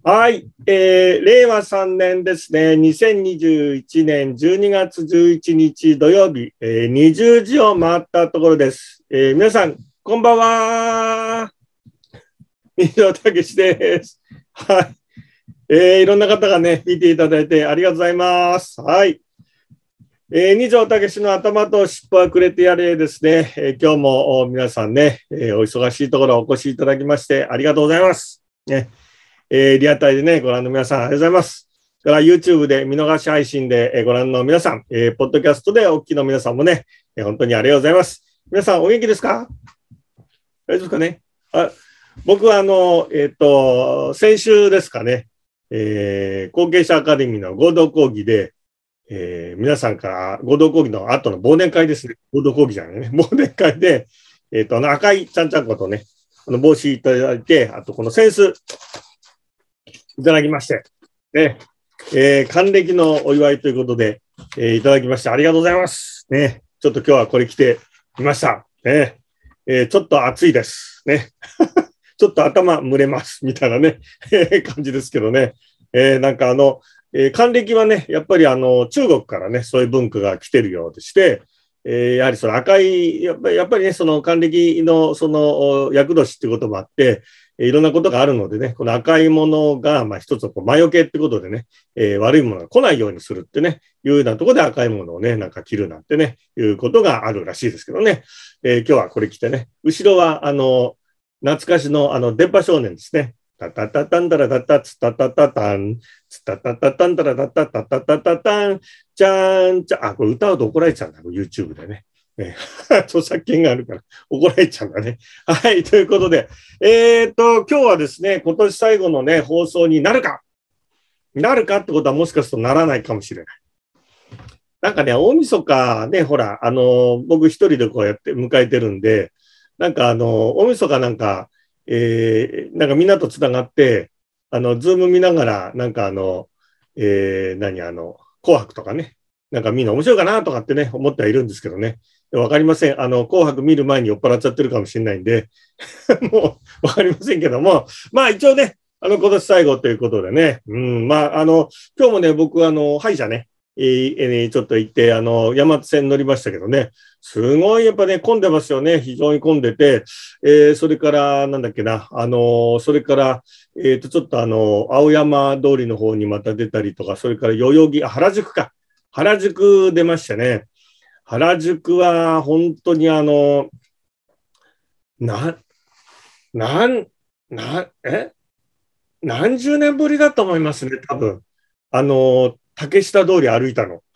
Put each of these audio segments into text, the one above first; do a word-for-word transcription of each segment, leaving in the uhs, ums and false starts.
はい、えー、令和さんねんですね、にせんにじゅういちねんじゅうにがつじゅういちにち土曜日、えー、にじゅうじを回ったところです。えー、皆さん、こんばんは。二条武史です。はい、えー。いろんな方がね、見ていただいてありがとうございます。はい。えー、二条武史の頭と尻尾はくれてやれですね。えー、今日も皆さんね、えー、お忙しいところお越しいただきましてありがとうございます。ね。えー、リアタイでね、ご覧の皆さん、ありがとうございます。から YouTube で見逃し配信でご覧の皆さん、えー、ポッドキャストでお聞きの皆さんもね、えー、本当にありがとうございます。皆さん、お元気ですか？大丈夫ですかね？あ、僕は、あの、えっと、先週ですかね、えー、後継者アカデミーの合同講義で、えー、皆さんから合同講義の後の忘年会ですね。合同講義じゃないね。忘年会で、えっと、あの赤いちゃんちゃんことね、あの帽子いただいて、あとこの扇子、いただきまして、ね、えー、還暦のお祝いということで、えー、いただきましてありがとうございます。ね、ちょっと今日はこれ着てみました。ね、えー、ちょっと暑いです。ね、ちょっと頭蒸れます。みたいなね、感じですけどね。えー、なんかあの、えー、還暦はね、やっぱりあの、中国からね、そういう文化が来てるようでして、えー、やはりその赤い、やっぱり、やっぱりね、その還暦のその厄年っていうこともあって、いろんなことがあるのでね、この赤いものが、まあ一つこう魔除けってことでね、えー、悪いものが来ないようにするってね、いうようなところで赤いものをね、なんか着るなんてね、いうことがあるらしいですけどね。えー、今日はこれ着てね、後ろはあの、懐かしのあの、電波少年ですね。タタタタンタラタタツタタタタン、ツタタタタンタラタタタタタタタン、じゃーん、じゃあ、これ歌うと怒られちゃうんだ、YouTube でね。ね著作権があるから怒られちゃうんだね。はい、ということで、えっと、今日はですね、今年最後のね、放送になるか、なるかってことはもしかするとならないかもしれない。なんかね、大晦日ね、ほら、あの、僕一人でこうやって迎えてるんで、なんかあの、大晦日なんか、えー、なんかみんなとつながって、あの、ズーム見ながら、なんかあの、えー、何あの、紅白とかね、なんかみんな面白いかなとかってね、思ってはいるんですけどね。わかりません。あの、紅白見る前に酔っ払っちゃってるかもしれないんで、もうわかりませんけども、まあ一応ね、あの、今年最後ということでね、うん、まあ、あの、今日もね、僕、あの、歯医者ね、えー、ちょっと行って、あの、山手線乗りましたけどね、すごいやっぱね、混んでますよね。非常に混んでて、えー、それから、なんだっけな、あの、それから、えっと、ちょっとあの、青山通りの方にまた出たりとか、それから代々木、あ、原宿か。原宿出ましたね。原宿は本当にあの、な、なん、な、え何十年ぶりだと思いますね、多分。あの、竹下通り歩いたの。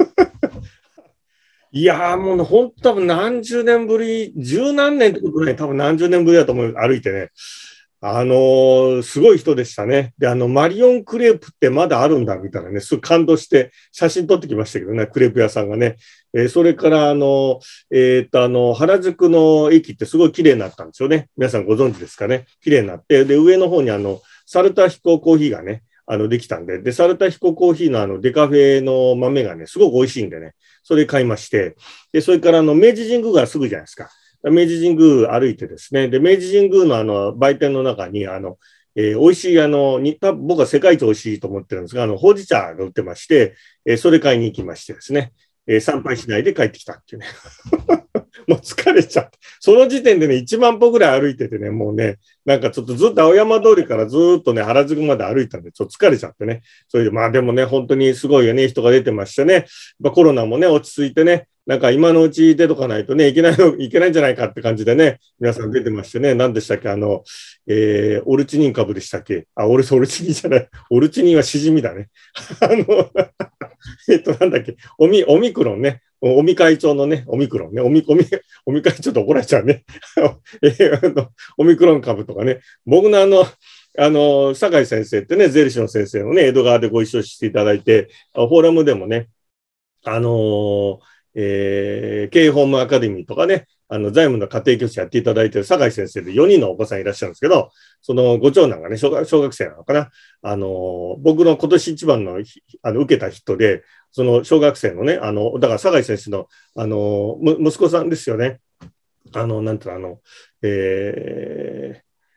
いやーもうね、ほんと多分何十年ぶり、十何年ってことない、多分何十年ぶりだと思う、歩いてね。あのー、すごい人でしたね。で、あの、マリオンクレープってまだあるんだ、みたいなね、すごい感動して写真撮ってきましたけどね、クレープ屋さんがね。えー、それから、あの、えー、っと、あの、原宿の駅ってすごい綺麗になったんですよね。皆さんご存知ですかね。綺麗になって、で、上の方にあの、サルタヒココーヒーがね、あの、できたんで、で、サルタヒココーヒーのあの、デカフェの豆がね、すごく美味しいんでね、それ買いまして、で、それからあの、明治神宮がすぐじゃないですか。明治神宮歩いてですね、で、明治神宮のあの、売店の中に、あの、えー、美味しい、あの、に多分僕は世界一美味しいと思ってるんですが、あの、ほうじ茶が売ってまして、えー、それ買いに行きましてですね、えー、参拝しないで帰ってきたっていうね。もう疲れちゃって。その時点でね、いちまん歩ぐらい歩いててね、もうね、なんかちょっとずっと青山通りからずっとね、原宿まで歩いたんで、ちょっと疲れちゃってね。それで、まあでもね、本当にすごいよね、人が出てましてね。まあ、コロナもね、落ち着いてね、なんか今のうち出とかないとね、いけないの、いけないんじゃないかって感じでね、皆さん出てましてね、何でしたっけ、あの、えー、オルチニン株でしたっけ？あ、オル、オルチニンじゃない。オルチニンはシジミだね。あの、えっと、なんだっけ、オミ、オミクロンね。尾身会長のね、オミクロンね、オミ、オミ、尾身会長と怒られちゃうね。えー、あのオミクロン株とかね、僕のあの、あの、酒井先生ってね、税理士の先生のね、江戸川でご一緒していただいて、フォーラムでもね、あのー、えー、経営ホームアカデミーとかね、あの、財務の家庭教師やっていただいている酒井先生でよにんのお子さんいらっしゃるんですけど、そのご長男がね、小学、小学生なのかな。あのー、僕の今年一番の、あの、受けた人で、その小学生のね、あの、だから酒井先生の、あのー、息子さんですよね。あの、なんていうの、あの、え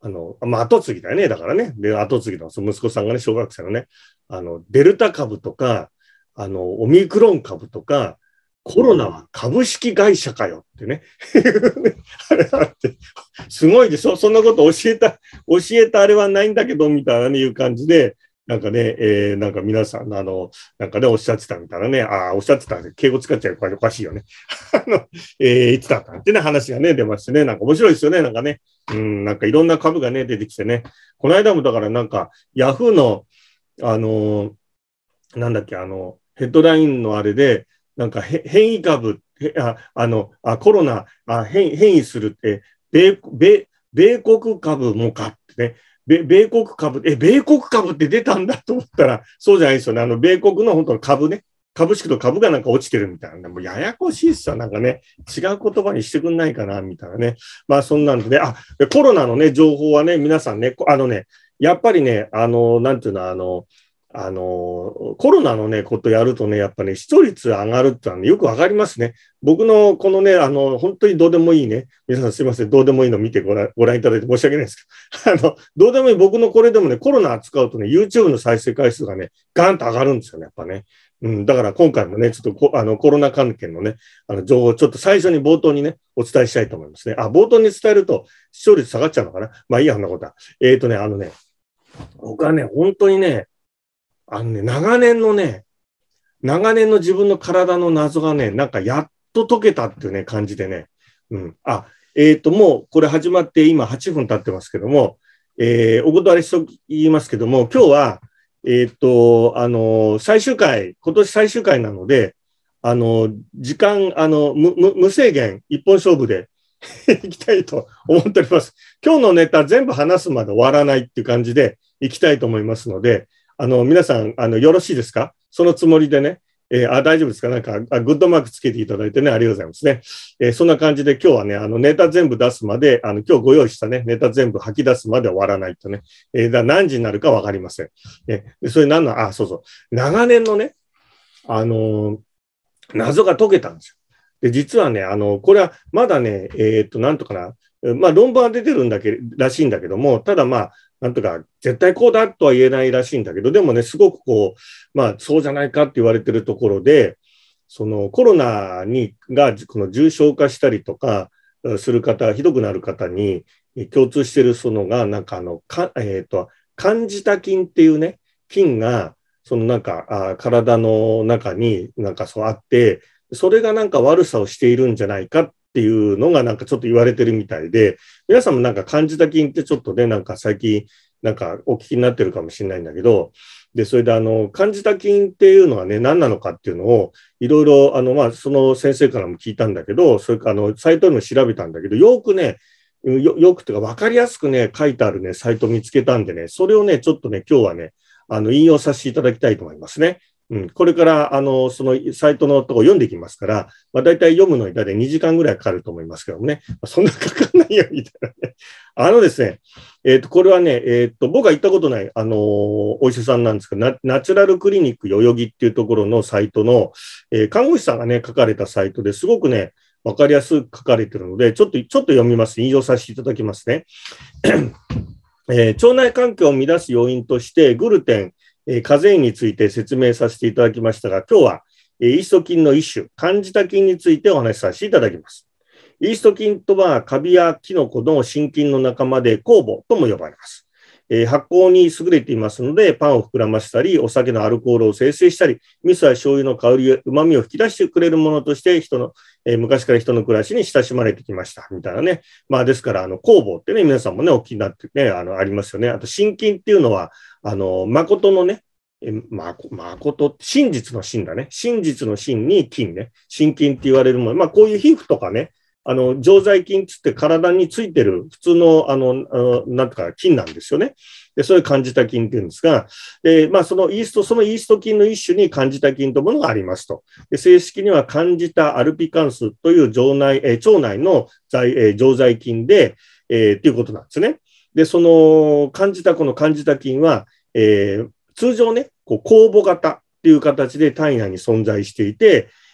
あの、まあ、後継ぎだよね。だからね。で、後継ぎのその息子さんがね、小学生のね、あの、デルタ株とか、あの、オミクロン株とか、コロナは株式会社かよってね。あれあって、すごいでしょそんなこと教えた、教えたあれはないんだけど、みたいなね、いう感じで、なんかね、えー、なんか皆さん、あの、なんかね、おっしゃってたみたいなね、ああ、おっしゃってた、敬語使っちゃうからおかしいよね。あの、えー、いつだったってね、話がね、出ましてね、なんか面白いですよね、なんかね。うん、なんかいろんな株がね、出てきてね。この間もだからなんか、ヤフーの、あの、なんだっけ、あの、ヘッドラインのあれで、なんか変異株、ああのあコロナあ変、変異するって、米米米国株もかってね、米米国株、え、米国株って出たんだと思ったら、そうじゃないですよね。あの、米国の本当の株ね、株式と株がなんか落ちてるみたいな、もうややこしいっすよ。なんかね、違う言葉にしてくんないかな、みたいなね。まあ、そんなんでね、あ、コロナのね、情報はね、皆さんね、あのね、やっぱりね、あの、なんていうの、あの、あの、コロナのね、ことやるとね、やっぱね、視聴率上がるってのは、ね、よくわかりますね。僕のこのね、あの、本当にどうでもいいね、皆さんすいません、どうでもいいの見てご覧ご覧いただいて申し訳ないですけど、あの、どうでもいい僕のこれでもね、コロナ扱うとね、YouTube の再生回数がね、ガンと上がるんですよね、やっぱね。うん、だから今回もね、ちょっとこあのコロナ関係のね、あの情報をちょっと最初に冒頭にね、お伝えしたいと思いますね。あ、冒頭に伝えると視聴率下がっちゃうのかな。まあいいや、そんなことは。えっとね、あのね、僕はね、本当にね、あのね、長年のね、長年の自分の体の謎がね、なんかやっと解けたっていうね、感じでね。うん。あ、えっと、もうこれ始まって今はちふん経ってますけども、えー、お断りしと言いますけども、今日は、えっと、あの、最終回、今年最終回なので、あの、時間、あの、無無制限、一本勝負でいきたいと思っております。今日のネタ全部話すまで終わらないっていう感じでいきたいと思いますので、あの、皆さん、あの、よろしいですか？そのつもりでね、えー、あ、大丈夫ですか？なんかあ、グッドマークつけていただいてね、ありがとうございますね。えー、そんな感じで今日はね、あの、ネタ全部出すまで、あの、今日ご用意したね、ネタ全部吐き出すまで終わらないとね、えー、だ何時になるかわかりません。えー、それ何の、あ、そうそう、長年のね、あのー、謎が解けたんですよ。で、実はね、あの、これはまだね、えっと、なんとかな、まあ、論文は出てるんだけらしいんだけども、ただまあ、なんとか、絶対こうだとは言えないらしいんだけど、でもね、すごくこう、まあ、そうじゃないかって言われてるところで、そのコロナにがこの重症化したりとかする方、ひどくなる方に共通しているそのが、なんかあの、かえっと、カンジタ菌っていうね、菌が、そのなんか、あ体の中になんかそうあって、それがなんか悪さをしているんじゃないかっていうのがなんかちょっと言われてるみたいで、皆さんもなんかカンジタ菌ってちょっとね、なんか最近なんかお聞きになってるかもしれないんだけど、で、それであの、カンジタ菌っていうのはね、何なのかっていうのを、いろいろ、あの、まあ、その先生からも聞いたんだけど、それからあの、サイトでも調べたんだけど、よくね、よ、よくというか分かりやすくね、書いてあるね、サイト見つけたんでね、それをね、ちょっとね、今日はね、あの、引用させていただきたいと思いますね。うん、これから、あの、そのサイトのとこ読んでいきますから、まあ、大体読むのに大体にじかんぐらいかかると思いますけどもね、まあ、そんなかかんないよ、みたいなね。あのですね、えっと、これはね、えっと、僕が行ったことない、あのー、お医者さんなんですけど、ナ、ナチュラルクリニック代々木っていうところのサイトの、えー、看護師さんがね、書かれたサイトですごくね、わかりやすく書かれているので、ちょっと、ちょっと読みます。引用させていただきますね。えー、腸内環境を乱す要因として、グルテン、えー、カゼインについて説明させていただきましたが、今日は、えー、イースト菌の一種、カンジタ菌についてお話しさせていただきます。イースト菌とは、カビやキノコの真菌の仲間で、酵母とも呼ばれます。えー、発酵に優れていますので、パンを膨らませたり、お酒のアルコールを生成したり、味噌や醤油の香りや旨味を引き出してくれるものとして、人の、えー、昔から人の暮らしに親しまれてきました。みたいなね。まあ、ですから、あの、酵母ってね、皆さんもね、お聞きになってね、あの、ありますよね。あと、真菌っていうのは、あの、誠のね、えま、誠、真実の真だね。真実の真に菌ね。真菌って言われるもの。まあ、こういう皮膚とかね、あの、常在菌つって体についてる普通の、あの、あのなんとか菌なんですよね。で、そういう感じた菌っていうんですが、で、まあ、そのイースト、そのイースト菌の一種に感じた菌というものがありますと。で、正式には感じたアルピカンスという腸内、えー、腸内の在、えー、常在菌で、えー、っていうことなんですね。で、その感じた、この感じた菌は、えー、通常ね、こう酵母型っていう形で体内に存在していて、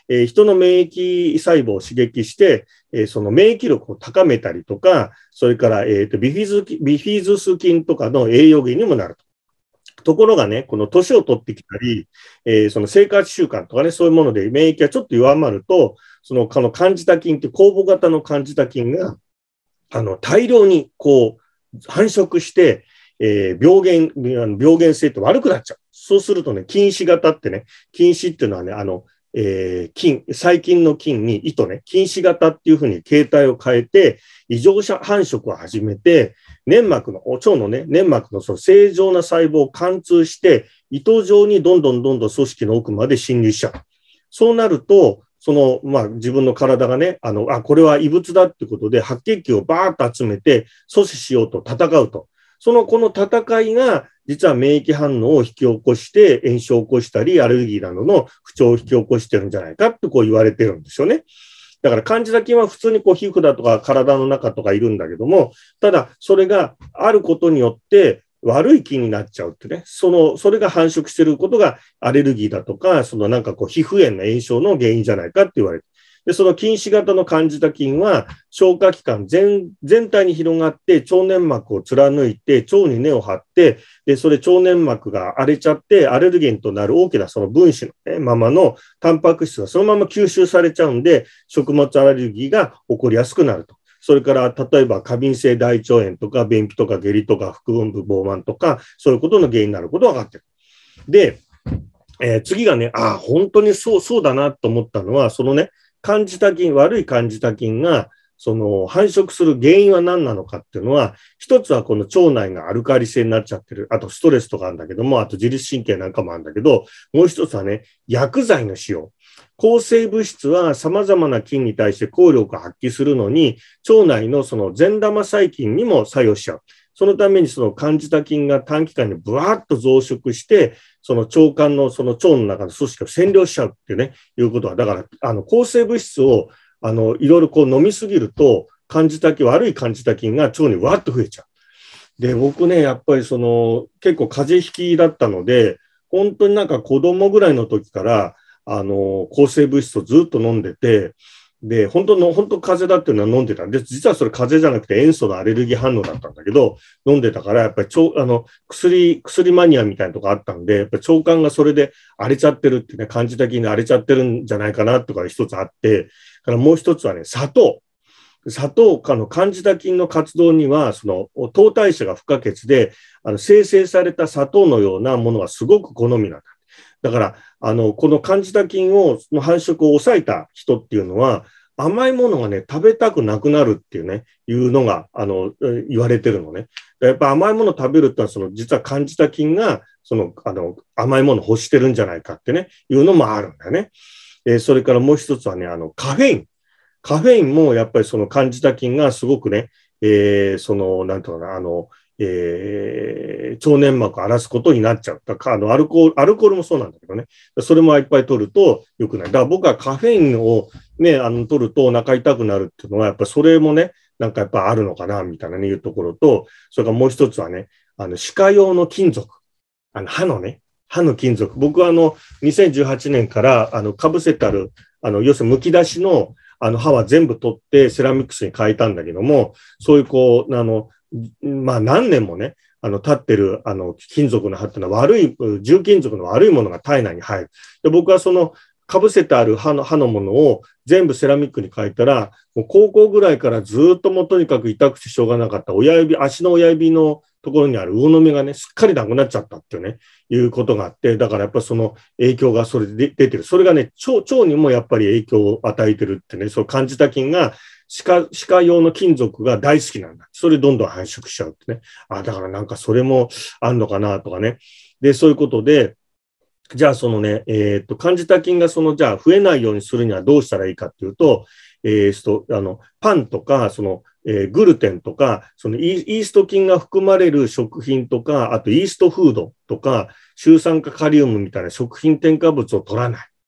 えー、人の免疫細胞を刺激して、えー、その免疫力を高めたりとか、それから、えーと、ビフィズ、ビフィズス菌とかの栄養源にもなると。ところがね、この年を取ってきたり、えー、その生活習慣とかね、そういうもので免疫がちょっと弱まると、その、このカンジタ菌って酵母型のカンジタ菌が、あの、大量にこう、繁殖して、えー、病原、病原性って悪くなっちゃう。そうするとね、菌糸型ってね、菌糸っていうのはね、あの、えー、菌、細菌の菌に糸ね、菌糸型っていうふうに形態を変えて、異常繁殖を始めて、粘膜の、腸のね、粘膜のその正常な細胞を貫通して、糸状にどんどんどんどん組織の奥まで侵入しちゃう。そうなると、その、まあ、自分の体がね、あの、あ、これは異物だってことで、白血球をバーッと集めて、阻止しようと戦うと。その、この戦いが、実は免疫反応を引き起こして、炎症を起こしたり、アレルギーなどの不調を引き起こしてるんじゃないかってこう言われてるんですよね。だからカンジダ菌は普通にこう皮膚だとか体の中とかいるんだけども、ただそれがあることによって悪い菌になっちゃうってね、その、それが繁殖していることがアレルギーだとか、そのなんかこう皮膚炎の炎症の原因じゃないかって言われて、で、その菌糸型のカンジダ菌は消化器官全、全体に広がって腸粘膜を貫いて腸に根を張って、で、それ腸粘膜が荒れちゃってアレルゲンとなる大きなその分子の、ね、ままのタンパク質がそのまま吸収されちゃうんで、食物アレルギーが起こりやすくなると。それから、例えば過敏性大腸炎とか便秘とか下痢とか腹部膨満とか、そういうことの原因になることが分かってる。で、えー、次がね、ああ、本当にそう、そうだなと思ったのは、そのね、カンジダ菌、悪いカンジダ菌が、その繁殖する原因は何なのかっていうのは、一つはこの腸内がアルカリ性になっちゃってる。あとストレスとかあるんだけども、あと自律神経なんかもあるんだけど、もう一つはね、薬剤の使用。抗生物質は様々な菌に対して効力を発揮するのに、腸内のその善玉細菌にも作用しちゃう。そのためにそのカンジダ菌が短期間にブワーッと増殖して、その腸管のその腸の中の組織を占領しちゃうってね、いうことは、だから、あの、抗生物質を、あの、いろいろこう飲みすぎると、カンジダ菌、悪いカンジダ菌が腸にわーっと増えちゃう。で、僕ね、やっぱりその、結構風邪ひきだったので、本当になんか子供ぐらいの時から、あの、抗生物質をずっと飲んでて、で、本当の、本当風邪だっていうのは飲んでたんで、実はそれ風邪じゃなくて塩素のアレルギー反応だったんだけど、飲んでたから、やっぱり腸、あの、薬、薬マニアみたいなとこあったんで、やっぱり腸管がそれで荒れちゃってるってね、感じた気に荒れちゃってるんじゃないかなとか一つあって、からもう一つはね、砂糖。砂糖かのカンジダ菌の活動には、その糖代謝が不可欠で、あの生成された砂糖のようなものがすごく好みなんだ。だから、あの、このカンジダ菌を、の繁殖を抑えた人っていうのは、甘いものがね、食べたくなくなるっていうね、いうのが、あの、言われてるのね。やっぱ甘いもの食べるってのは、その、実はカンジダ菌が、その、あの、甘いものを欲してるんじゃないかってね、いうのもあるんだよね。えー、それからもう一つはね、あの、カフェイン。カフェインもやっぱりそのカンジダ菌がすごくね、えー、その、なんとかな、あの、えー、腸粘膜を荒らすことになっちゃう。だからあのアルコール、アルコールもそうなんだけどね。それもいっぱい取ると良くない。だから僕はカフェインをね、あの、取るとお腹痛くなるっていうのは、やっぱそれもね、なんかやっぱあるのかな、みたいなね、いうところと、それからもう一つはね、あの、歯科用の金属。あの、歯のね、歯の金属。僕はあの、にせんじゅうはちねんから、あの、かぶせてある、あの、要するに剥き出しの、あの、歯は全部取ってセラミックスに変えたんだけども、そういうこう、あの、まあ何年もね、あの、立ってる、あの、金属の歯っていうのは悪い、重金属の悪いものが体内に入る。で、僕はその、かぶせてある歯の、歯のものを全部セラミックに変えたら、もう高校ぐらいからずっともうとにかく痛くてしょうがなかった親指、足の親指のところにある魚の目がね、すっかりなくなっちゃったっていうね、いうことがあって、だからやっぱその影響がそれで出てる。それがね、腸、腸にもやっぱり影響を与えてるってね、そう感じた菌が、歯科、歯科用の金属が大好きなんだ。それどんどん繁殖しちゃうってね。あ、だからなんかそれもあんのかなとかね。で、そういうことで、じゃあそのね、えっと、カンジダ菌がその、じゃあ増えないようにするにはどうしたらいいかっていうと、えー、と、あの、パンとか、その、えー、グルテンとか、そのイースト菌が含まれる食品とか、あとイーストフードとか、シュウ酸化カリウムみたいな食品添加物を取らない。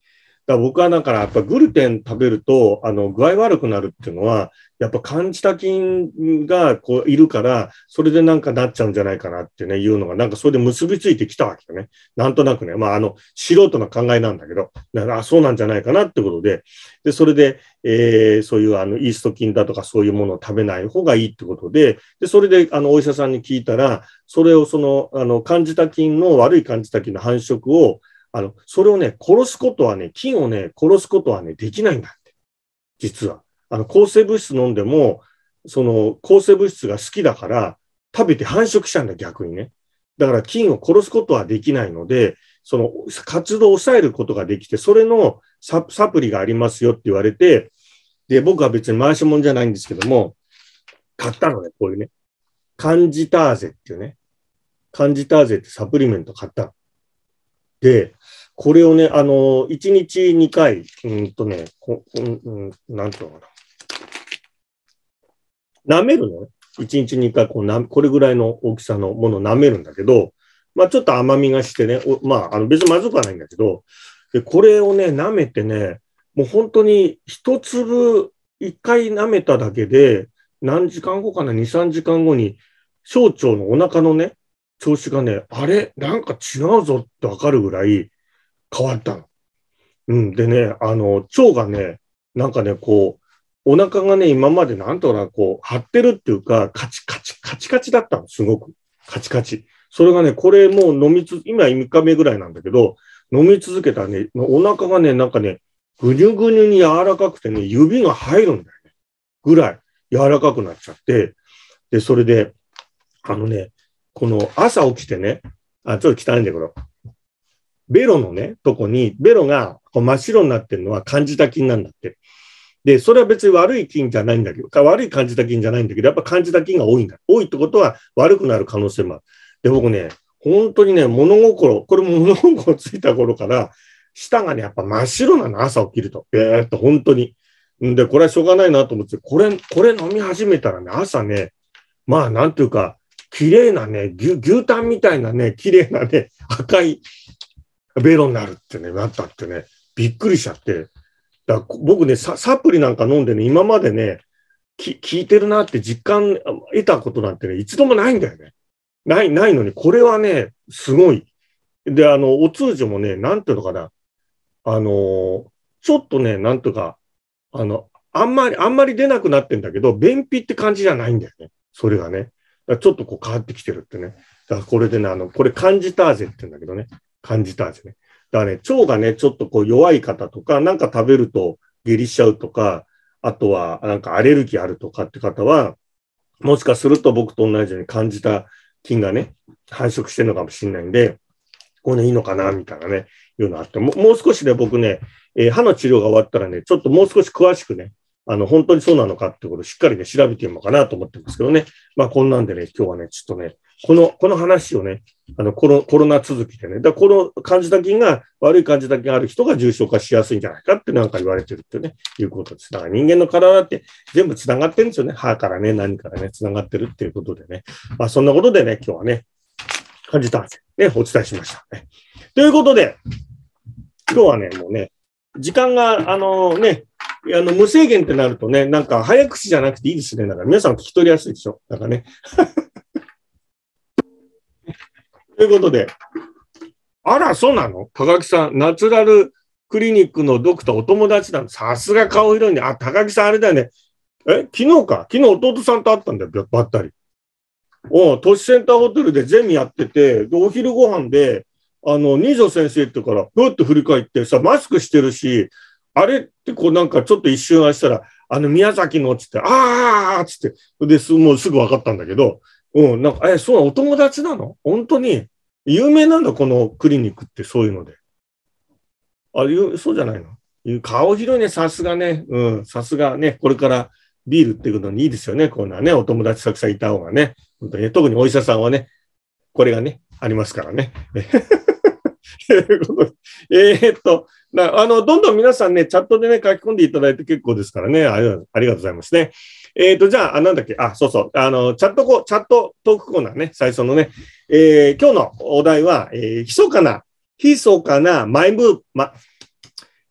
だから僕はだからやっぱグルテン食べると、あの、具合悪くなるっていうのは、やっぱカンジタ菌がこういるから、それでなんかなっちゃうんじゃないかなってね、いうのが、なんかそれで結びついてきたわけよね。なんとなくね、まああの、素人の考えなんだけど、だからあ、そうなんじゃないかなってことで、で、それで、えー、そういうあの、イースト菌だとかそういうものを食べない方がいいってことで、で、それであの、お医者さんに聞いたら、それをその、あの、カンジタ菌の悪いカンジタ菌の繁殖を、あの、それをね、殺すことはね、菌をね、殺すことはね、できないんだって。実は。あの、抗生物質飲んでも、その抗生物質が好きだから、食べて繁殖したんだ、逆にね。だから菌を殺すことはできないので、その活動を抑えることができて、それのサ、サプリがありますよって言われて、で、僕は別に回し物じゃないんですけども、買ったのね、こういうね。カンジターゼっていうね。カンジターゼってサプリメント買ったの。で、これをね、あの、いちにちにかい、うんとね、こうん、なんていうのかな。舐めるのね。いちにちにかいこうな、これぐらいの大きさのものを舐めるんだけど、まあちょっと甘みがしてね、まああの別にまずくはないんだけど、で、これをね、舐めてね、もう本当に一粒、一回舐めただけで、何時間後かな、に、さんじかんごに、小腸のお腹のね、調子がね、あれなんか違うぞってわかるぐらい変わったの。うん。でね、あの、腸がね、なんかね、こう、お腹がね、今までなんとなくこう、張ってるっていうか、カチカチ、カチカチだったの、すごく。カチカチ。それがね、これもう飲みつ、今みっかめぐらいなんだけど、飲み続けたらね、お腹がね、なんかね、ぐにゅぐにゅに柔らかくてね、指が入るんだよね。ぐらい柔らかくなっちゃって、で、それで、あのね、この朝起きてね、あ、ちょっと汚いんだけど、ベロのね、とこに、ベロがこう真っ白になってるのはカンジタ菌なんだって。で、それは別に悪い菌じゃないんだけど、悪いカンジタ菌じゃないんだけど、やっぱカンジタ菌が多いんだ。多いってことは悪くなる可能性もある。で、僕ね、本当にね、物心、これも物心ついた頃から、舌がね、やっぱ真っ白なの、朝起きると。えーっと、本当に。んで、これはしょうがないなと思って、これ、これ飲み始めたらね、朝ね、まあ、なんていうか、綺麗なね、牛、牛タンみたいなね、綺麗なね、赤いベロになるってね、なったってね、びっくりしちゃって。だ僕ねサ、サプリなんか飲んでね、今までね、き効いてるなって実感得たことなんてね、一度もないんだよね。ない、ないのに、これはね、すごい。で、あの、お通じもね、なんていうのかな、あの、ちょっとね、なんとか、あの、あんまり、あんまり出なくなってんだけど、便秘って感じじゃないんだよね。それがね。ちょっとこう変わってきてるってね。だからこれでね、あの、これカンジターゼって言うんだけどね。カンジターゼね。だからね、腸がね、ちょっとこう弱い方とか、なんか食べると下痢しちゃうとか、あとはなんかアレルギーあるとかって方は、もしかすると僕と同じように感じた菌がね、繁殖してるのかもしれないんで、これいいのかなみたいなね、いうのあって、ももう少しね、僕ね、えー歯の治療が終わったらね、ちょっともう少し詳しくね、あの、本当にそうなのかってことをしっかりね、調べてみようかなと思ってますけどね。まあ、こんなんでね、今日はね、ちょっとね、この、この話をね、あの、コロ、コロナ続きでね、だこの感じた菌が、悪い感じた菌がある人が重症化しやすいんじゃないかってなんか言われてるってね、いうことです。だから人間の体って全部繋がってるんですよね。歯からね、何からね、繋がってるっていうことでね。まあ、そんなことでね、今日はね、感じたんですね、お伝えしました、ね。ということで、今日はね、もうね、時間が、あのね、あの無制限ってなるとね、なんか早口じゃなくていいですね。だから皆さん聞き取りやすいでしょ。なんかね。ということで、あら、そうなの高木さん、ナチュラルクリニックのドクターお友達なの。さすが顔広いね。あ、高木さんあれだよね。え、昨日か。昨日弟さんと会ったんだよ、ばったり。お都市センターホテルでゼミやってて、でお昼ご飯で、あの、二条先生ってから、ふっと振り返ってさ、マスクしてるし、あれってこうなんかちょっと一瞬あしたら、あの宮崎のっつって、あーっつって、で、すもうすぐ分かったんだけど、うん、なんか、え、そうな、お友達なの本当に、有名なんだ、このクリニックってそういうので。あ、いうそうじゃないの顔広いね、さすがね。うん、さすがね、これからビールっていうのにいいですよね、こんなね、お友達たくさんいた方がね。本当にね、特にお医者さんはね、これがね、ありますからね。えーっと、あの、どんどん皆さんね、チャットでね、書き込んでいただいて結構ですからね、ありがとうございますね。えーっと、じゃあ、あなんだっけ、あ、そうそう、あの、チャットコ、チャットトークコーナーね、最初のね、えー、今日のお題は、えー、密かな、密かなマイブー、ま、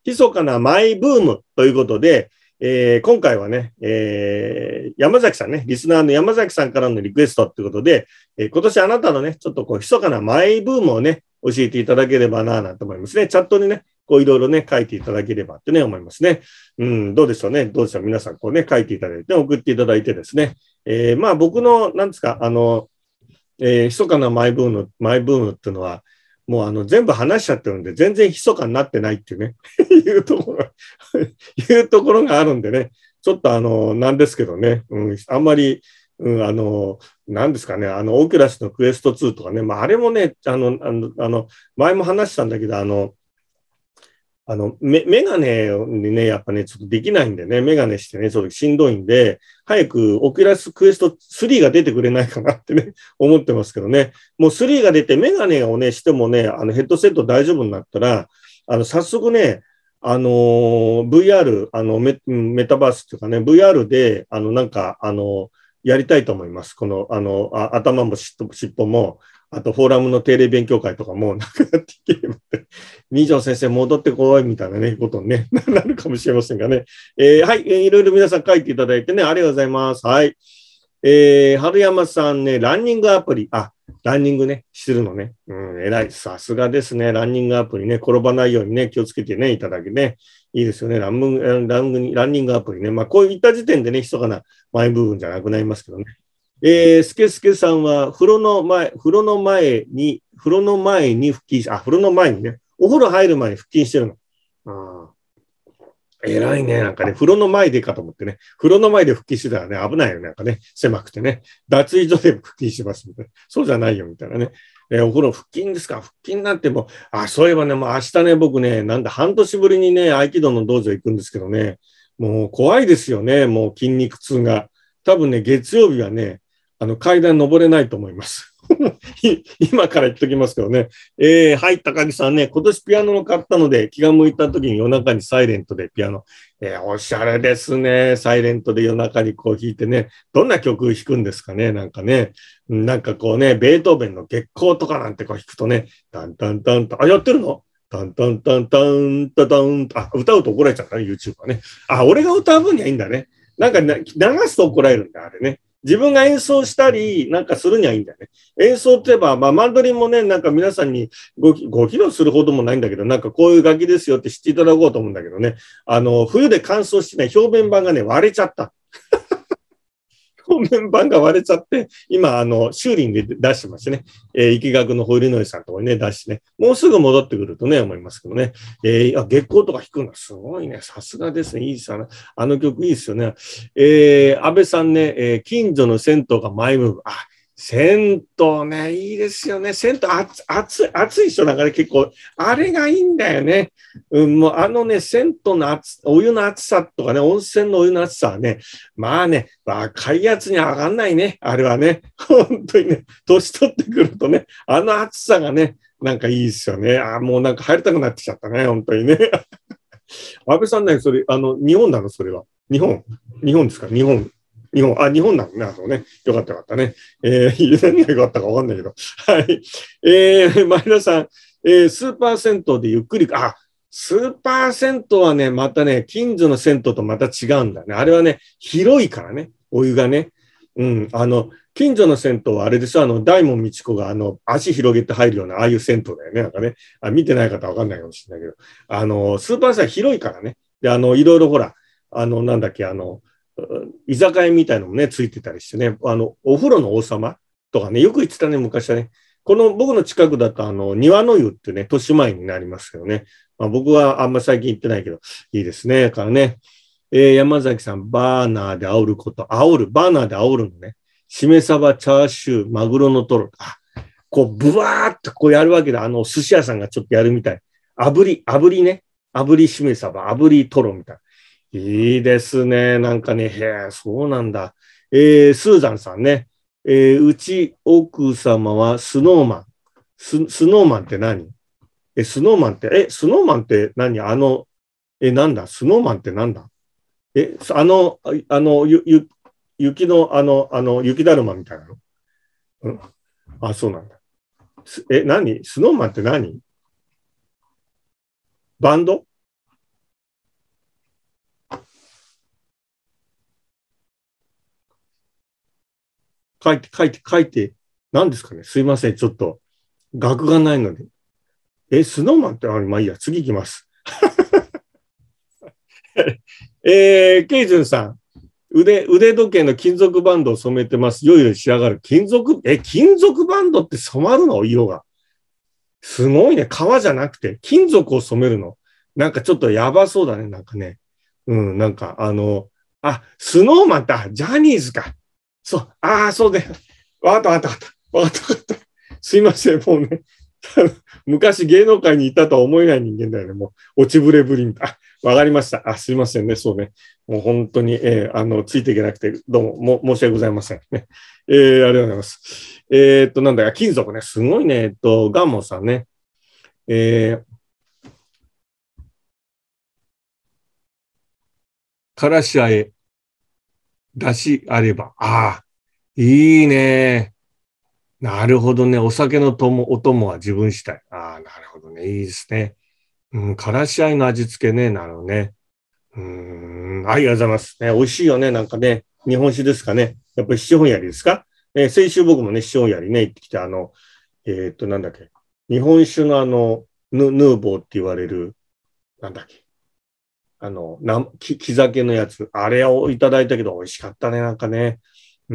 密かなマイブームということで、えー、今回はね、えー、山崎さんね、リスナーの山崎さんからのリクエストということで、えー、今年あなたのね、ちょっとこう、密かなマイブームをね、教えていただければな、なんて思いますね。チャットにね、こういろいろね、書いていただければってね、思いますね。うん、どうでしょうね。どうでしょう。皆さん、こうね、書いていただいて、送っていただいてですね。えー、まあ僕の、なんですか、あの、えー、密かなマイブーム、マイブームっていうのは、もうあの、全部話しちゃってるんで、全然密かになってないっていうね、いうところ、いうところがあるんでね、ちょっとあの、なんですけどね、うん、あんまり、うん、あの、なんですかね、あの、オーキュラスのクエストツーとかね、まあ、あれもね、あの、あの、あの前も話したんだけど、あの、あの、メメガネにね、やっぱね、ちょっとできないんでね、メガネしてね、ちょっとしんどいんで、早くオキュラスクエストスリーが出てくれないかなってね、思ってますけどね。もうスリーが出て、メガネをね、してもね、あのヘッドセット大丈夫になったら、あの、早速ね、あのー、ブイアール、あのメ、メタバースっていうかね、ブイアール で、あの、なんか、あの、やりたいと思います。この、あの、あ頭も尻尾も、あと、フォーラムの定例勉強会とかも、なんかやっていければって、二条先生戻ってこい、みたいなね、ことに、ね、なるかもしれませんがね。えー、はい、えー、いろいろ皆さん書いていただいてね、ありがとうございます。はい。えー、春山さんね、ランニングアプリ、あ、ランニングね、するのね。うん、偉い。さすがですね。ランニングアプリね、転ばないようにね、気をつけてね、いただけね。いいですよね。ランムランランニングアプリね。まあ、こういった時点でね、密かな前部分じゃなくなりますけどね。えー、すけすけさんは、風呂の前、風呂の前に、風呂の前に腹筋、あ、風呂の前にね、お風呂入る前に腹筋してるの。あ偉いね。なんかね、風呂の前でかと思ってね。風呂の前で腹筋してたらね、危ないよね。なんかね、狭くてね。脱衣所で腹筋しますみたいな。そうじゃないよ、みたいなね。えー、お風呂腹筋ですか腹筋なんてもう、あ、そういえばね、もう明日ね、僕ね、なんだ、半年ぶりにね、合気道の道場行くんですけどね、もう怖いですよね。もう筋肉痛が。多分ね、月曜日はね、あの、階段登れないと思います。今から言っときますけどね。えー、はい、高木さんね、今年ピアノを買ったので、気が向いた時に夜中にサイレントでピアノ。えー、おしゃれですね。サイレントで夜中にこう弾いてね。どんな曲弾くんですかねなんかね。なんかこうね、ベートーベンの月光とかなんてこう弾くとね、タンタンタンタン、あ、やってるのタンタンタンタンタタン、あ、歌うと怒られちゃったね、YouTube はね。あ、俺が歌う分にはいいんだね。なんか流すと怒られるんだ、あれね。自分が演奏したりなんかするにはいいんだよね。演奏といえば、まあ、マンドリンもね、なんか皆さんにご、ご披露するほどもないんだけど、なんかこういう楽器ですよって知っていただこうと思うんだけどね。あの、冬で乾燥してね、表面板がね、割れちゃった。表面板が割れちゃって、今、あの、修理に出してますね。えー、池学のホイルノイさんとかにね、出してね。もうすぐ戻ってくるとね、思いますけどね。えー、あ、月光とか弾くのすごいね。さすがですね。いいですよね。あの曲いいですよね。えー、安倍さんね、えー、近所の銭湯がマイムーブ。あ、銭湯ね、いいですよね。銭湯熱、熱い、熱い人なんかね、結構、あれがいいんだよね。うん、もうあのね、銭湯の熱、お湯の熱さとかね、温泉のお湯の熱さはね、まあね、若いやつに上がんないね。あれはね。本当にね、年取ってくるとね、あの暑さがね、なんかいいですよね。あもうなんか入りたくなってきちゃったね。本当にね。安倍さんね、それ、あの、日本なのそれは。日本。日本ですか日本。日本。あ、日本なのね。あのね。よかったよかったね。えー、何がよかったかわかんないけど。はい。えー、前田さん、えー、スーパー銭湯でゆっくり、あ、スーパー銭湯はね、またね、近所の銭湯とまた違うんだね。あれはね、広いからね。お湯がね。うん。あの、近所の銭湯はあれでしょ、あの、大門道子があの、足広げて入るような、ああいう銭湯だよね。なんかね。あ見てない方はわかんないかもしれないけど。あの、スーパー銭湯広いからね。で、あの、いろいろほら、あの、なんだっけ、あの、居酒屋みたいのもね、ついてたりしてね。あの、お風呂の王様とかね、よく言ってたね、昔はね。この僕の近くだと、あの、庭の湯ってね、都市前になりますけどね。まあ、僕はあんま最近行ってないけど、いいですね。からね。えー、山崎さん、バーナーで煽ること。煽る。バーナーで煽るのね。しめ鯖、チャーシュー、マグロのトロ。あ、こう、ブワーっとこうやるわけだ。あの、寿司屋さんがちょっとやるみたい。炙り、炙りね。炙りしめ鯖、炙りトロみたい。いいですね。なんかね、へえ、そうなんだ。えー、スーザンさんね。えー、うち奥様はスノーマン。ス、スノーマンって何え、スノーマンって、え、スノーマンって何あの、え、なんだスノーマンってなんだえ、あの、あの、ゆ、ゆ、雪の、あの、あの、雪だるまみたいなのうん。あ、そうなんだ。え、何スノーマンって何バンド書いて、書いて、書いて、何ですかね。すいません。ちょっと、額がないので。え、スノーマンって、あ、まあいいや、次行きます。えー、ケイジュンさん。腕、腕時計の金属バンドを染めてます。いよいよ仕上がる。金属、え、金属バンドって染まるの？色が。すごいね。革じゃなくて、金属を染めるの。なんかちょっとやばそうだね。なんかね。うん、なんかあの、あ、スノーマンだ。ジャニーズか。そう。ああ、そうで。わかったわかったわかった。わかったわかった。すいません。もうね。昔芸能界にいたとは思えない人間だよね。もう、落ちぶれぶりん。あ、わかりました。あ、すいませんね。そうね。もう本当に、えー、あの、ついていけなくて、どうも、も申し訳ございません。ね。えー、ありがとうございます。えー、っと、なんだか、金属ね。すごいね。えっと、ガンモンさんね。えー、からしあえ、だしあれば。ああ、いいね。なるほどね。お酒のとも、お供は自分したい。ああ、なるほどね。いいですね。うん、からしあえの味付けね。なるほどね。うーん、ありがとうございます。ね、美味しいよね。なんかね、日本酒ですかね。やっぱり七本槍ですか？えー先週僕もね、七本槍ね、行ってきて、あの、えーっと、なんだっけ。日本酒のあの、ヌ、ヌーボーって言われる、なんだっけ。あの、な木、木酒のやつ。あれをいただいたけど、美味しかったね。なんかね。うん。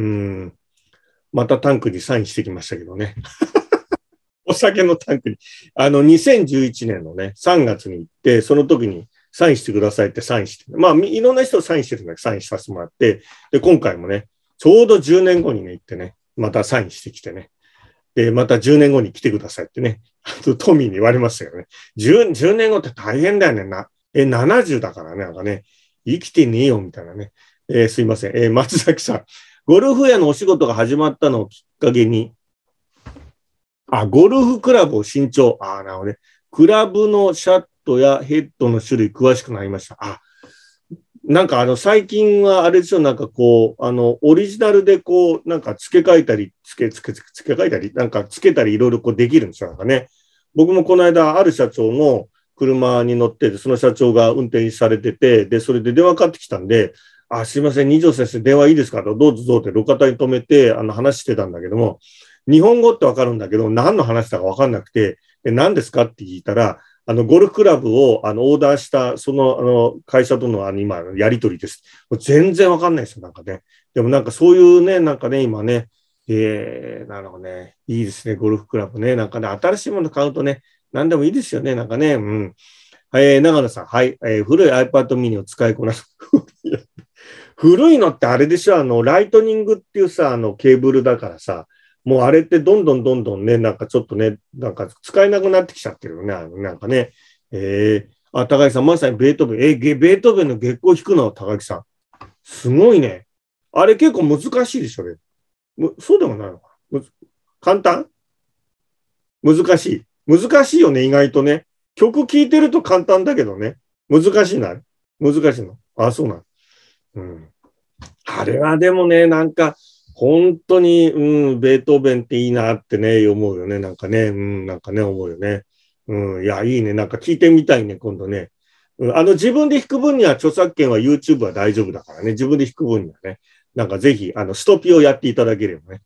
またタンクにサインしてきましたけどね。お酒のタンクに。あの、にせんじゅういちねんのね、さんがつに行って、その時にサインしてくださいってサインして、まあ、いろんな人サインしてるんだけど、サインさせてもらって、で、今回もね、ちょうどじゅうねんごにね、行ってね、またサインしてきてね、で、またじゅうねんごに来てくださいってね、トミーに言われましたよね。じゅう、じゅうねんごって大変だよね。な、え、ななじゅうだからね、なんかね、生きてねえよ、みたいなね。えーすいません。えー松崎さん。ゴルフ屋のお仕事が始まったのをきっかけに、あ、ゴルフクラブを新調。あ、なるほどね。クラブのシャットやヘッドの種類詳しくなりました。あ、なんかあの最近はあれですよ、なんかこう、あの、オリジナルでこう、なんか付け替えたり、付け、付け、付け替えたり、なんか付けたりいろいろこうできるんですよ、なんかね。僕もこの間、ある社長の車に乗って、その社長が運転されてて、で、それで電話かかってきたんで、あ、すいません、二条先生、電話いいですかと、どうぞどうぞって路肩に止めて、あの、話してたんだけども、日本語ってわかるんだけど、何の話だかわかんなくて、で何ですかって聞いたら、あの、ゴルフクラブを、あの、オーダーした、その、あの、会社との、あの、今、やりとりです。全然わかんないですよ、なんかね。でもなんかそういうね、なんかね、今ね、えー、なるほどね。いいですね、ゴルフクラブね。なんかね、新しいもの買うとね、何でもいいですよね、なんかね。うん。えー、長野さん、はい。えー、古い iPad mini を使いこなす。古いのってあれでしょ、あの、ライトニングっていうさ、あの、ケーブルだからさ、もうあれってどんどんどんどんね、なんかちょっとね、なんか使えなくなってきちゃってるよね、あのなんかね。えー、あ、高木さん、まさにベートーベン、えー、ゲベートーベンの月光弾くの、高木さん。すごいね。あれ結構難しいでしょ、ね。むそうでもないのかな。む簡単難しい。難しいよね、意外とね。曲聴いてると簡単だけどね。難しいな。難しいの。あ、そうなの。うん。あれはでもね、なんか、本当に、うん、ベートーベンっていいなってね、思うよね。なんかね、うん、なんかね、思うよね。うん、いや、いいね。なんか聞いてみたいね、今度ね。うん、あの、自分で弾く分には著作権は YouTube は大丈夫だからね。自分で弾く分にはね。なんかぜひ、あの、ストピをやっていただければね。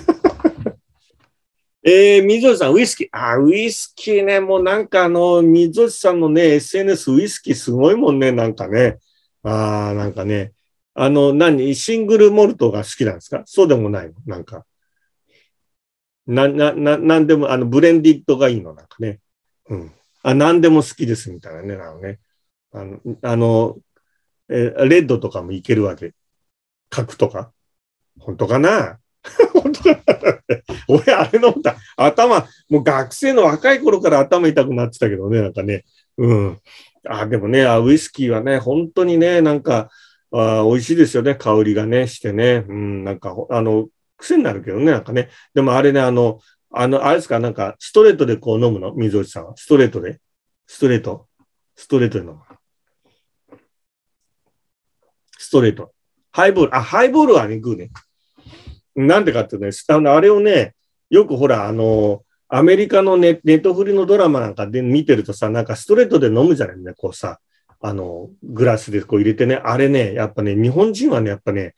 えー、水内さん、ウイスキー。あ、ウイスキーね。もうなんかあの、水内さんのね、エスエヌエス ウイスキーすごいもんね。なんかね。ああ、なんかね。あの、何、シングルモルトが好きなんですか？そうでもないの？なんか。な、な、な、なんでも、あの、ブレンディッドがいいの？なんかね。うん。あ、なんでも好きですみたいなね。なのね。あの、あの、えーレッドとかもいけるわけ。角とか。本当かな？本当かな？俺、あれ飲んだ。頭、もう学生の若い頃から頭痛くなってたけどね、なんかね。うん。あ、でもね、あウイスキーはね、本当にね、なんか、あ美味しいですよね、香りがね、してね。うん、なんか、あの、癖になるけどね、なんかね。でもあれね、あの、あの、あれですか、なんか、ストレートでこう飲むの？水内さんは。ストレートでストレートストレートで飲む。ストレート。ハイボール。あ、ハイボールはね、グーね。なんでかっていうとね、あの、あれをね、よくほら、あの、アメリカのネ、ネットフリのドラマなんかで見てるとさ、なんかストレートで飲むじゃないね、こうさ、あの、グラスでこう入れてね、あれね、やっぱね、日本人はね、やっぱね、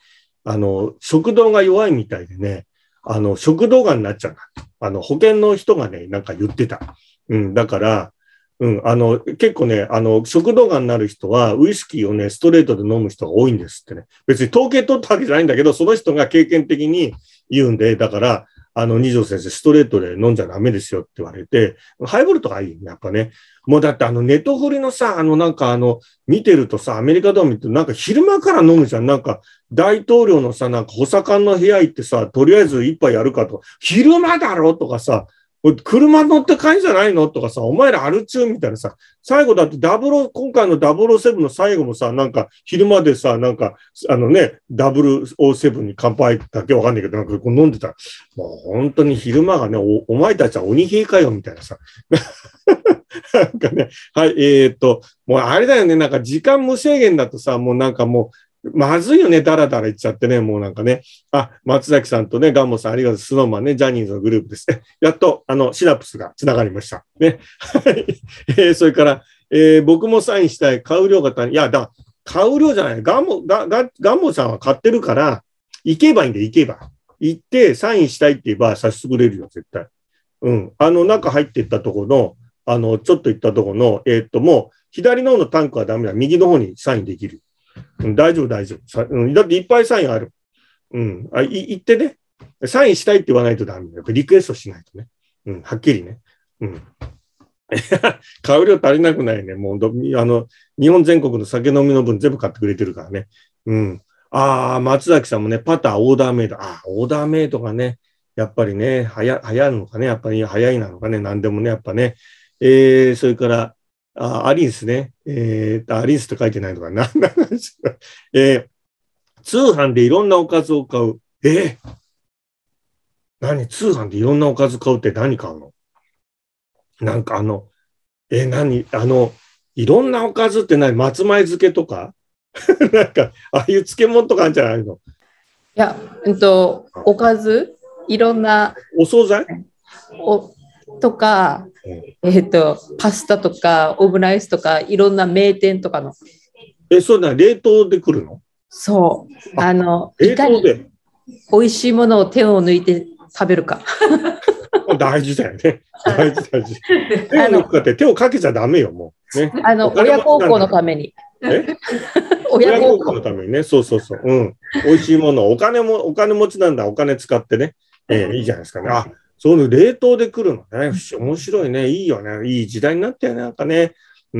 あの、食道が弱いみたいでね、あの、食道がんになっちゃう。あの、保険の人がね、なんか言ってた。うん、だから、うん、あの、結構ね、あの、食道がんになる人は、ウイスキーをね、ストレートで飲む人が多いんですってね。別に統計取ったわけじゃないんだけど、その人が経験的に言うんで、だから、あの、二条先生、ストレートで飲んじゃダメですよって言われて、ハイボールとかいいね、やっぱね。もうだってあの、ネトフリのさ、あの、なんかあの、見てるとさ、アメリカでも見てると、なんか昼間から飲むじゃん。なんか、大統領のさ、なんか補佐官の部屋行ってさ、とりあえず一杯やるかと。昼間だろとかさ、車乗って帰んじゃないのとかさ、お前らアル中みたいなさ、最後だってダブル、今回のダブルオーセブンの最後もさ、なんか昼間でさ、なんか、あのね、ダブルオーセブンに乾杯だけわかんないけど、なんかこう飲んでたら、もう本当に昼間がね、お、お前たちは鬼兵かよ、みたいなさ。なんかね、はい、えー、っと、もうあれだよね、なんか時間無制限だとさ、もうなんかもう、まずいよね、だらだら言っちゃってね、もうなんかね。あ、松崎さんとね、ガンモさんありがとう。スノーマンね、ジャニーズのグループですね。やっと、あの、シナプスが繋がりました。ね。はい。えー、それから、えー、僕もサインしたい、買う量が足り、いや、だ、買う量じゃない。ガンモ、ガガガンモさんは買ってるから、行けばいいんで、行けば。行って、サインしたいって言えば、させてくれるよ、絶対。うん。あの、中入っていったところの、あの、ちょっと行ったところの、えー、っと、もう、左の方のタンクはダメだ。右の方にサインできる。うん、大丈夫、大丈夫。うん、だっていっぱいサインある。うん。あ、い、言ってね。サインしたいって言わないとダメだよ。リクエストしないとね。うん、はっきりね。うん。買う量足りなくないね。もうど、あの、日本全国の酒飲みの分全部買ってくれてるからね。うん。ああ、松崎さんもね、パター、オーダーメイド。ああ、オーダーメイドがね、やっぱりね、はや、流行るのかね。やっぱり早いなのかね。何でもね、やっぱね。えー、それから、あ、アリンスね。えー、アリンスって書いてないのかな。えー、通販でいろんなおかずを買う。えー、何通販でいろんなおかず買うって何買うの？なんかあの、えー、何あの、いろんなおかずって何？松前漬けとかなんか、ああいう漬物とかあるんじゃないの？ いや、うんと、おかずいろんなお惣菜おとか、 うん、 えっと、パスタとかオムライスとかいろんな名店とかの。 え、そうだ、冷凍で来るの？ そう。 あ、 あの、い冷かに凍で。 美味しいものを手を抜いて食べるか。 大事だよね。大事、大事。手をあの、 抜くかって手をかけちゃダメよ、もう。ね。 あのお金親孝行持ちなんだから。 のために。 え親孝親孝行の行。 ためにね。そうそうそう。うん。美味しいもの、お金も、お金持ちなんだ。お金使ってね。えーいいじゃないですかね。あ、そういう冷凍で来るのね。面白いね。いいよね。いい時代になったよね。なんかね。うん。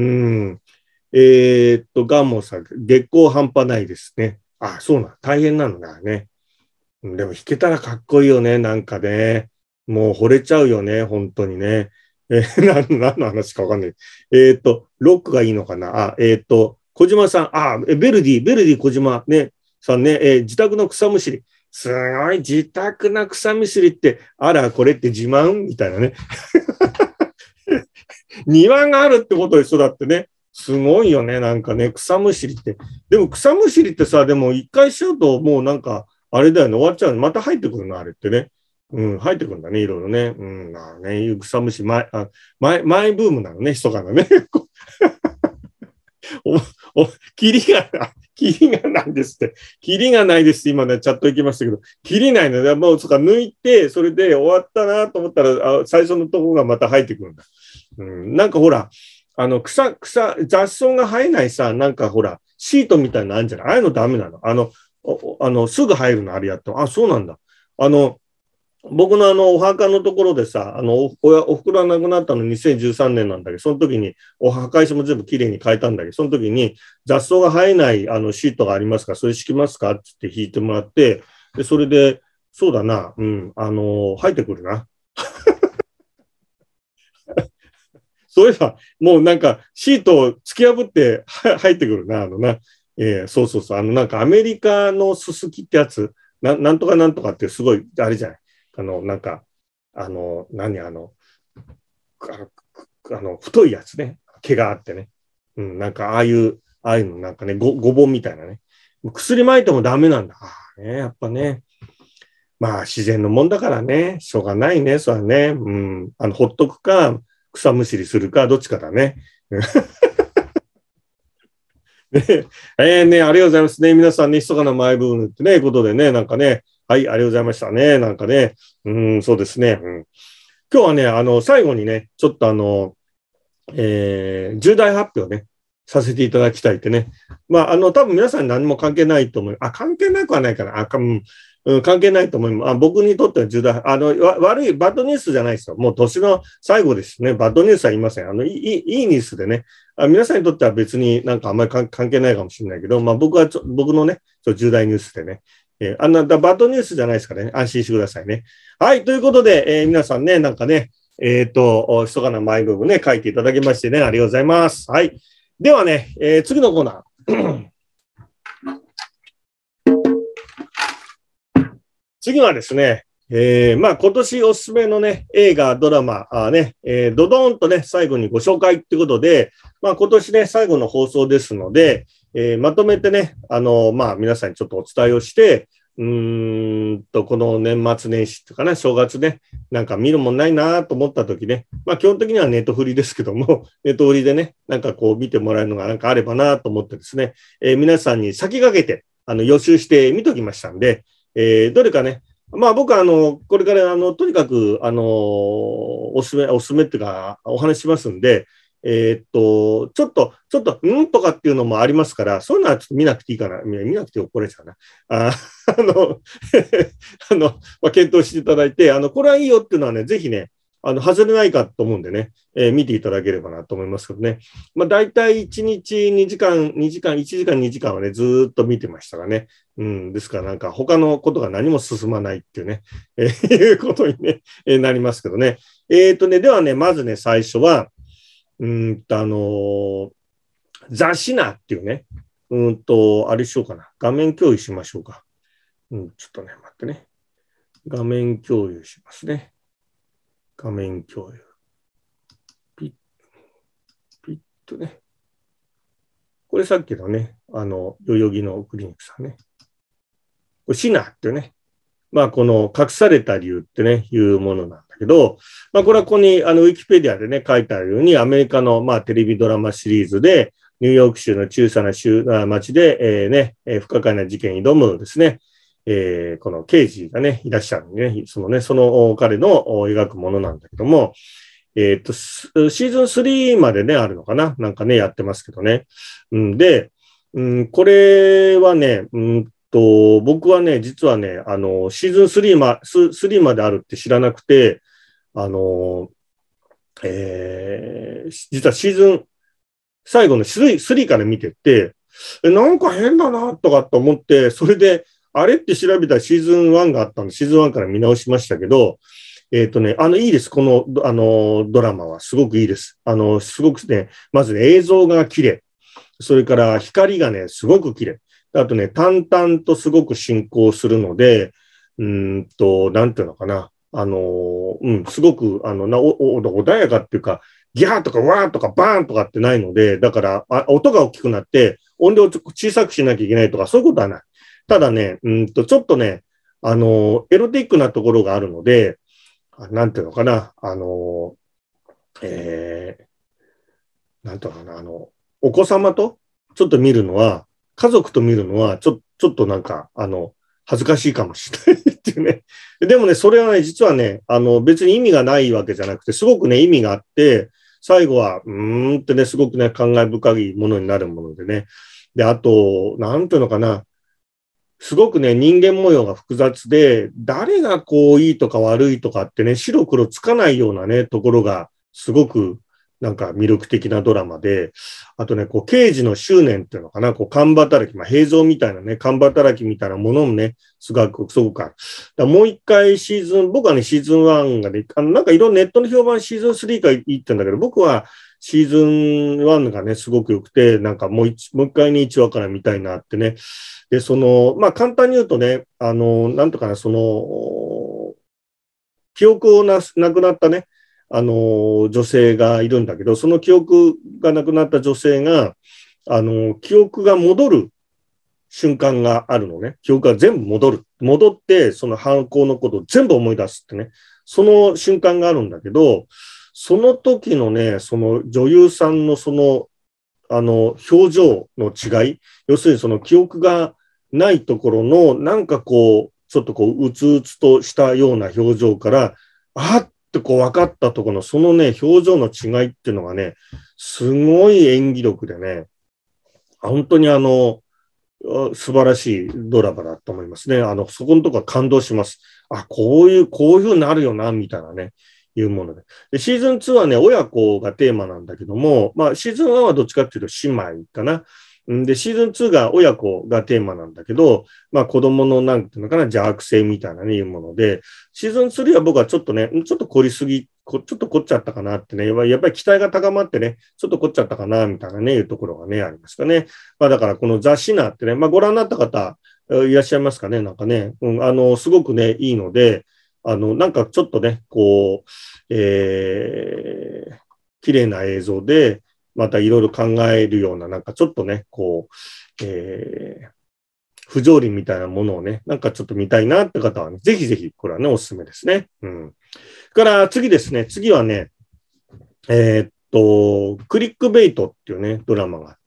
えーっと、ガンモさん、月光半端ないですね。あ、そうな。大変なのだね。うんでも弾けたらかっこいいよね。なんかね。もう惚れちゃうよね。本当にね。えー、何何の話かわかんない。えーっと、ロックがいいのかな。あ、えーっと、小島さん、あ、えベルディ、ベルディ小島ね、さんね、えー自宅の草むしり。すごい、自宅の草むしりって、あら、これって自慢みたいなね。庭があるってことでしょ、だってね。すごいよね、なんかね、草むしりって。でも草むしりってさ、でも一回しちゃうともうなんか、あれだよね、終わっちゃうの。また入ってくるの、あれってね。うん、入ってくるんだね、いろいろね。うん、まあね、草むしり、前、あ前、前ブームなのね、密かなね。お、お、キリが、キリがないですって。キリがないですって今ね、チャット行きましたけど、キリないので、もうそっか抜いて、それで終わったなと思ったら、あ最初のところがまた入ってくるんだ。うん、なんかほら、あの、草、草、雑草が生えないさ、なんかほら、シートみたいなのあるんじゃない？ああいうのダメなの？あの、おあの、すぐ生えるのあれやって。あ、そうなんだ。あの、僕のあの、お墓のところでさ、あの、お、おお袋が亡くなったのにせんじゅうさんねんなんだけど、その時にお墓石も全部きれいに変えたんだけど、その時に雑草が生えないあのシートがありますか、それ敷きますかって引いてもらって、で、それで、そうだな、うん、あの、生えてくるな。そういえば、もうなんかシートを突き破っては入ってくるな、あのな。えーそうそうそう。あのなんかアメリカのすすきってやつ、ななんとかなんとかってすごい、あれじゃない。あの、なんか、あの、何あの、ああの太いやつね。毛があってね。うん、なんかああいう、ああいうのなんかね、ご、ごぼんみたいなね。薬撒いてもダメなんだ。ああね、やっぱね。まあ自然のもんだからね、しょうがないね、それはね。うん。あの、ほっとくか、草むしりするか、どっちかだね。 えー、ね、ありがとうございますね。皆さんね、密かなマイブームってね、ことでね、なんかね、はい、ありがとうございましたね。なんかね、うん、そうですね。うん、今日はね、あの、最後にね、ちょっとあの、えー、重大発表ね、させていただきたいってね。まあ、あの、多分皆さんに何も関係ないと思う。あ、関係なくはないかな。あ、かんうん、関係ないと思います。あ、僕にとっては重大、あの、わ悪い、バッドニュースじゃないですよ。もう年の最後ですね。バッドニュースは言いません。あの、いい、いいニュースでね。あ、皆さんにとっては別になんかあんまり関係ないかもしれないけど、まあ僕はちょ、僕のね、ちょ重大ニュースでね。えー、あんな、バッドニュースじゃないですからね。安心してくださいね。はい。ということで、えー、皆さんね、なんかね、えっ、ー、と、密かなマイブームね、書いていただきましてね、ありがとうございます。はい。ではね、えー、次のコーナー。次はですね、えー、まあ今年おすすめのね、映画、ドラマ、あね、えー、ドドーンとね、最後にご紹介っていうことで、まあ今年ね、最後の放送ですので、えー、まとめてね、あの、まあ皆さんにちょっとお伝えをして、うーんと、この年末年始とかね、正月ね、なんか見るもんないなと思った時ね、まあ基本的にはネットフリですけども、ネットフリでね、なんかこう見てもらえるのがなんかあればなと思ってですね、えー、皆さんに先駆けて、あの予習して見ときましたんで、えー、どれかね、まあ僕はあの、これからあの、とにかく、あの、おすすめ、おすすめっていうか、お話ししますんで、えー、っと、ちょっと、ちょっと、うんとかっていうのもありますから、そういうのはちょっと見なくていいかな。見なくて怒られちゃうな。ああの、あの、まあ、検討していただいて、あの、これはいいよっていうのはね、ぜひね、あの、外れないかと思うんでね、えー、見ていただければなと思いますけどね。まあ、大体いちにちにじかん、にじかん、いちじかん、にじかんはね、ずーっと見てましたがね。うん、ですからなんか他のことが何も進まないっていうね、えー、いうことにね、えー、なりますけどね。えっ、ー、とね、ではね、まずね、最初は、うんと、あのー、ザ・シナっていうね、うんと、あれしようかな。画面共有しましょうか。うん、ちょっとね、待ってね。画面共有しますね。画面共有。ピッ、ピッとね。これさっきのね、あの、代々木のクリニックさんね。これシナっていうね。まあ、この隠された理由ってね、いうものなんだけど、まあ、これはここに、あの、ウィキペディアでね、書いてあるように、アメリカの、まあ、テレビドラマシリーズで、ニューヨーク州の小さな州、町で、えー、ね、えー、不可解な事件に挑むですね、えー、この刑事がね、いらっしゃるんでね、そのね、その彼の描くものなんだけども、えっと、シーズンスリーまでね、あるのかななんかね、やってますけどね。うんで、うん、これはね、うんと、僕はね、実はね、あの、シーズンスリーま、スリーまであるって知らなくて、あの、えー、実はシーズン、最後のスリー、スリーから見てって、なんか変だな、とかと思って、それで、あれって調べたらシーズンワンがあったんで、シーズンワンから見直しましたけど、えっ、ー、とね、あの、いいです。この、あの、ドラマはすごくいいです。あの、すごくね、まずね、映像が綺麗。それから光がね、すごく綺麗。あとね、淡々とすごく進行するので、うんと、なんていうのかな。あの、うん、すごく、あの、なおお穏やかっていうか、ギャーとかワーとかバーンとかってないので、だからあ、音が大きくなって、音量を小さくしなきゃいけないとか、そういうことはない。ただね、うんと、ちょっとね、あの、エロティックなところがあるので、なんていうのかな、あの、えー、なんていうのかな、あの、お子様とちょっと見るのは、家族と見るのは、ちょ、ちょっとなんか、あの、恥ずかしいかもしれないっていうね。でもね、それはね、実はね、あの、別に意味がないわけじゃなくて、すごくね、意味があって、最後は、うーんってね、すごくね、感慨深いものになるものでね。で、あと、なんていうのかな、すごくね、人間模様が複雑で、誰がこういいとか悪いとかってね、白黒つかないようなね、ところが、すごくなんか魅力的なドラマで、あとね、こう、刑事の執念っていうのかな、こう、看働き、まあ、平蔵みたいなね、看働きみたいなものもね、すごく、すごくある。だもう一回シーズン、僕はね、シーズンワンがね、あの、なんかいろんなネットの評判シーズンスリーがいいって言うんだけど、僕はシーズンワンがね、すごく良くて、なんかもう一、もう一回にいちわから見たいなってね。で、その、まあ、簡単に言うとね、あの、なんとかな、その、記憶をなす、なくなったね、あの、女性がいるんだけど、その記憶がなくなった女性が、あの、記憶が戻る瞬間があるのね。記憶が全部戻る。戻って、その犯行のことを全部思い出すってね。その瞬間があるんだけど、その時のね、その女優さんのその、 あの、表情の違い、要するにその記憶がないところの、なんかこう、ちょっとこう、うつうつとしたような表情から、あっとこう分かったところの、そのね、表情の違いっていうのがね、すごい演技力でね、本当にあの、素晴らしいドラマだと思いますね。あの、そこのところ感動します。あ、こういう、こういうふうになるよな、みたいなね、いうもので。で、シーズンツーはね、親子がテーマなんだけども、まあ、シーズンワンはどっちかっていうと姉妹かな。で、シーズンツーが親子がテーマなんだけど、まあ子供のなんていうのかな、邪悪性みたいなね、いうもので、シーズンスリーは僕はちょっとね、ちょっと凝りすぎ、ちょっと凝っちゃったかなってね、やっぱり期待が高まってね、ちょっと凝っちゃったかな、みたいなね、いうところがね、ありますかね。まあだからこのザ・シナーってね、まあご覧になった方いらっしゃいますかね、なんかね、うん、あの、すごくね、いいので、あの、なんかちょっとね、こう、えー、綺麗な映像で、またいろいろ考えるような、なんかちょっとね、こう、えー、不条理みたいなものをね、なんかちょっと見たいなって方はね、ぜひぜひ、これはね、おすすめですね。うん。から次ですね、次はね、えー、っと、クリックベイトっていうね、ドラマがあって、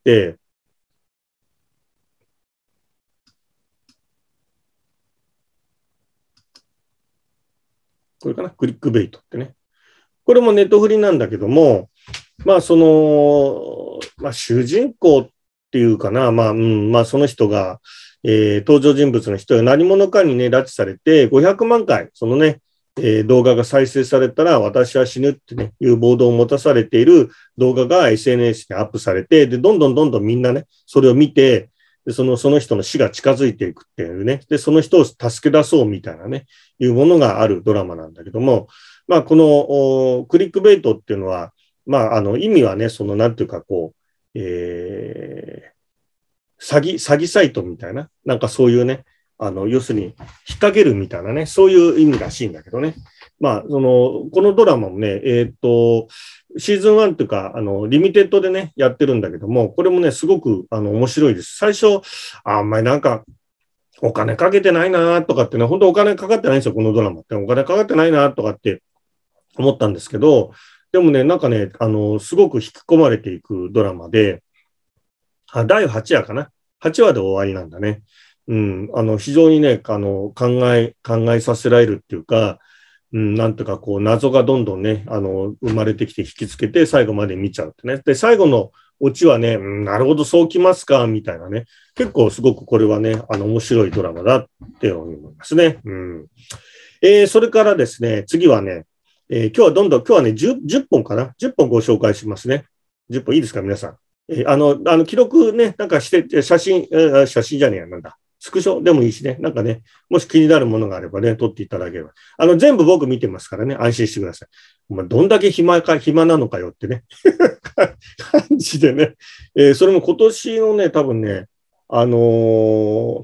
これかな、クリックベイトってね。これもネットフリなんだけども、まあ、その、まあ、主人公っていうかな、まあ、うん、まあ、その人が、えー、登場人物の人が何者かにね、拉致されて、ごひゃくまんかい、そのね、えー、動画が再生されたら、私は死ぬってね、いうボードを持たされている動画が エスエヌエス にアップされて、で、どんどんどんどんみんなね、それを見て、でその、その人の死が近づいていくっていうね、で、その人を助け出そうみたいなね、いうものがあるドラマなんだけども、まあ、この、クリックベイトっていうのは、まあ、あの、意味はね、その、なんていうか、こう、えー、詐欺、詐欺サイトみたいな、なんかそういうね、あの、要するに、引っ掛けるみたいなね、そういう意味らしいんだけどね。まあ、その、このドラマもね、えー、っと、シーズンワンというか、あの、リミテッドでね、やってるんだけども、これもね、すごく、あの、面白いです。最初、あんまりなんか、お金かけてないなとかってね、本当お金かかってないんですよ、このドラマって。お金かかってないなとかって思ったんですけど、でもね、なんかね、あの、すごく引き込まれていくドラマで、あ、だいはちわかな。はちわで終わりなんだね。うん、あの、非常にね、あの、考え、考えさせられるっていうか、うん、なんとかこう、謎がどんどんね、あの、生まれてきて引きつけて最後まで見ちゃうってね。で、最後のオチはね、うん、なるほど、そうきますか、みたいなね。結構すごくこれはね、あの、面白いドラマだって思いますね。うん。えー、それからですね、次はね、えー、今日はどんどん、今日はね、じゅう、じゅっぽんかな ?じゅっ 本ご紹介しますね。じゅっぽんいいですか、皆さん。えー、あの、あの、記録ね、なんかして、写真、えー、写真じゃねえや、なんだ。スクショでもいいしね。なんかね、もし気になるものがあればね、撮っていただければ。あの、全部僕見てますからね、安心してください。お前、どんだけ暇か、暇なのかよってね。感じでね。えー、それも今年のね、多分ね、あのー、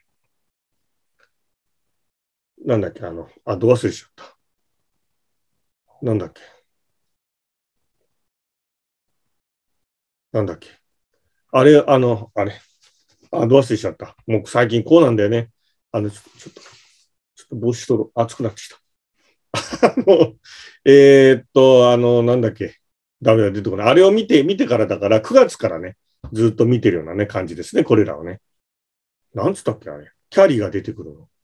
なんだっけ、あの、あ、ど忘れしちゃった。なんだっけ。なんだっけ。あれ、あの、あれ。あ、ど忘れしちゃった。もう最近こうなんだよね。あの、ちょちょっと、ちょっと帽子取る。熱くなってきた。あの、えーっと、あの、なんだっけ。ダメだ、出てこない。あれを見て、見てからだから、くがつからね、ずっと見てるようなね、感じですね、これらをね。なんつったっけ、あれ。キャリーが出てくるの。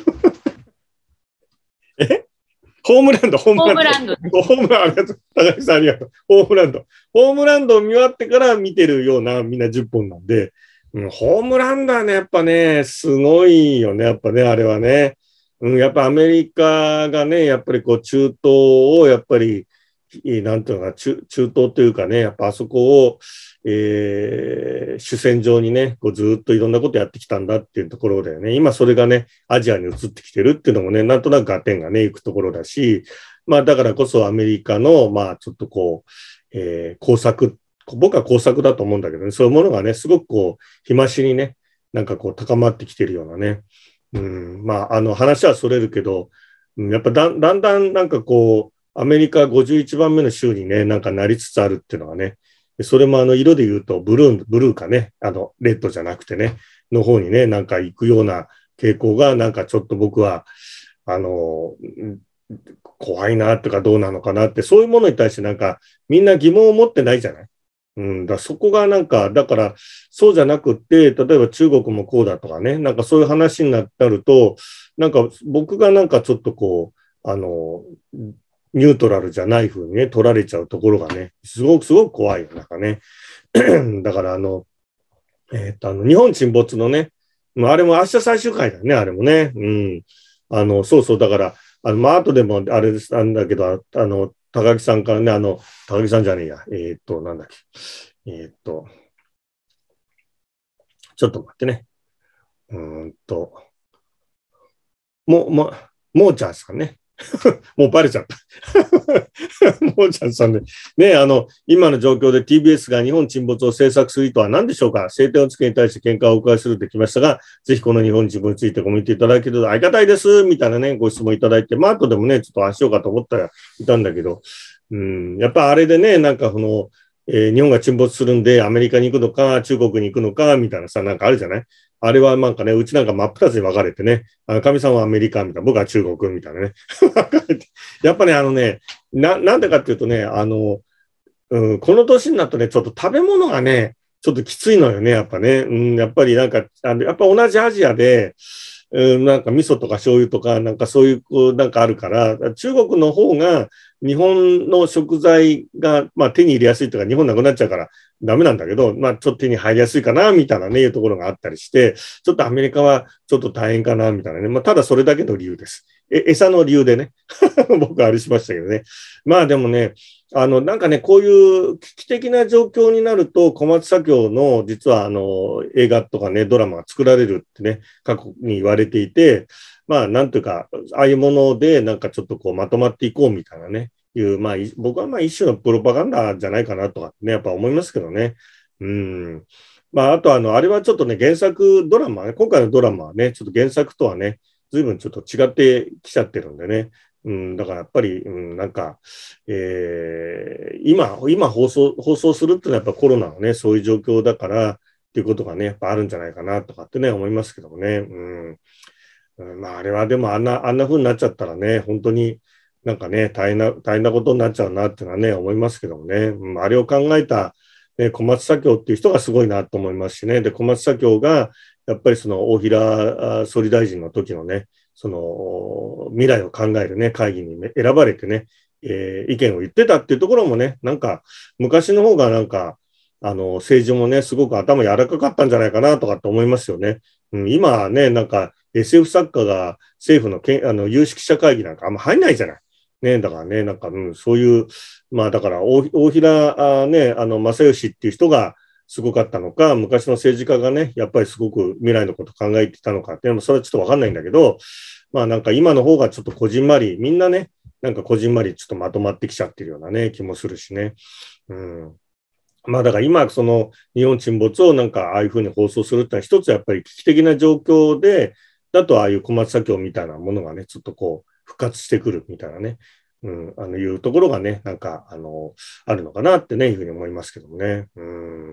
えホームランド、ホームランド。ホームランド。ホームランド、ありがとう。高橋さんありがとう。ホームランド。ホームランドを見終わってから見てるような、みんなじゅっぽんなんで、うん、ホームランドはね、やっぱね、すごいよね、やっぱね、あれはね。うん、やっぱアメリカがね、やっぱりこう中東をやっぱり、なんていうのか中、中東というかね、やっぱあそこを、えー、主戦場にね、こうずっといろんなことやってきたんだっていうところだよね。今それがね、アジアに移ってきてるっていうのもね、なんとなく合点がね、いくところだし、まあだからこそアメリカの、まあちょっとこう、えー、工作、僕は工作だと思うんだけどね、そういうものがね、すごくこう、日増しにね、なんかこう高まってきてるようなね、うん、まああの話はそれるけど、やっぱだだんだんなんかこう、アメリカごじゅういちばんめの州にね、なんかなりつつあるっていうのはね、それもあの色で言うとブルー、ブルーかね、あの、レッドじゃなくてね、の方にね、なんか行くような傾向が、なんかちょっと僕は、あの、怖いなっていうかどうなのかなって、そういうものに対してなんかみんな疑問を持ってないじゃない。 うん、だそこがなんか、だから、そうじゃなくって、例えば中国もこうだとかね、なんかそういう話になると、なんか僕がなんかちょっとこう、あの、ニュートラルじゃない風にね、取られちゃうところがね、すごくすごく怖いよ、なんかね。だからあの、えっと、あの、日本沈没のね、まあ、あれも明日最終回だよね、あれもね。うん。あの、そうそう、だから、あの、まあ、後でもあれです、なんだけど、ああの、高木さんからね、あの、高木さんじゃねえや、えっと、なんだっけ、えっと、ちょっと待ってね。うーんと、もう、もう、もうちゃんさんね。もうバレちゃった。もうちゃんさんね。ねあの、今の状況で ティービーエス が日本沈没を制作する意図は何でしょうか。晴天をつけに対して見解をお伺いするってきましたが、ぜひこの日本沈没についてコメントいただけるとありがたいです。みたいなね、ご質問いただいて、まあ、後でもね、ちょっとあしようかと思ったらいたんだけど、うん、やっぱあれでね、なんかこの、えー、日本が沈没するんで、アメリカに行くのか、中国に行くのか、みたいなさ、なんかあるじゃない。あれはなんかね、うちなんか真っ二つに分かれてね、あの、神さんはアメリカみたいな、僕は中国みたいなね。やっぱね、あのね、な、なんでかっていうとね、あの、うん、この年になるとね、ちょっと食べ物がね、ちょっときついのよね、やっぱね。うん、やっぱりなんか、あのやっぱ同じアジアで、うん、なんか味噌とか醤油とか、なんかそういう、こうなんかあるから、中国の方が日本の食材が、まあ手に入れやすいとか、日本なくなっちゃうからダメなんだけど、まあちょっと手に入りやすいかな、みたいなね、いうところがあったりして、ちょっとアメリカはちょっと大変かな、みたいなね。まあただそれだけの理由です。え、餌の理由でね。僕はあれしましたけどね。まあでもね、あの、なんかね、こういう危機的な状況になると、小松左京の実はあの映画とかね、ドラマが作られるってね、過去に言われていて、まあなんというか、ああいうものでなんかちょっとこうまとまっていこうみたいなね、いう、まあ僕はまあ一種のプロパガンダじゃないかなとかね、やっぱ思いますけどね。うん。まああとあの、あれはちょっとね、原作ドラマね、今回のドラマはね、ちょっと原作とはね、随分ちょっと違ってきちゃってるんでね。うん、だからやっぱり、うん、なんか、えー、今、今放送、放送するっていうのはやっぱコロナのね、そういう状況だからっていうことがね、やっぱあるんじゃないかなとかってね、思いますけどもね。うん。うん、まあ、あれはでもあんな、あんな風になっちゃったらね、本当になんかね、大変な、大変なことになっちゃうなっていうのはね、思いますけどもね。うん、あれを考えた、ね、小松左京っていう人がすごいなと思いますしね。で、小松左京が、やっぱりその大平総理大臣の時のね、その未来を考えるね、会議に、ね、選ばれてね、えー、意見を言ってたっていうところもね、なんか昔の方がなんか、あの、政治もね、すごく頭柔らかかったんじゃないかなとかって思いますよね。うん、今はね、なんか エスエフ 作家が政府のけあの有識者会議なんかあんま入んないじゃない。ね、だからね、なんか、うん、そういう、まあだから大、大平あ、ね、あの正義っていう人がすごかったのか、昔の政治家がね、やっぱりすごく未来のこと考えてたのかっていうのも、それはちょっとわかんないんだけど、まあなんか今の方がちょっとこじんまり、みんなね、なんかこじんまりちょっとまとまってきちゃってるようなね、気もするしね。うん。まあだから今、その日本沈没をなんかああいうふうに放送するってのは一つやっぱり危機的な状況で、だとああいう小松左京みたいなものがね、ちょっとこう復活してくるみたいなね、うん、あのいうところがね、なんかあの、あるのかなってね、いうふうに思いますけどもね。うん。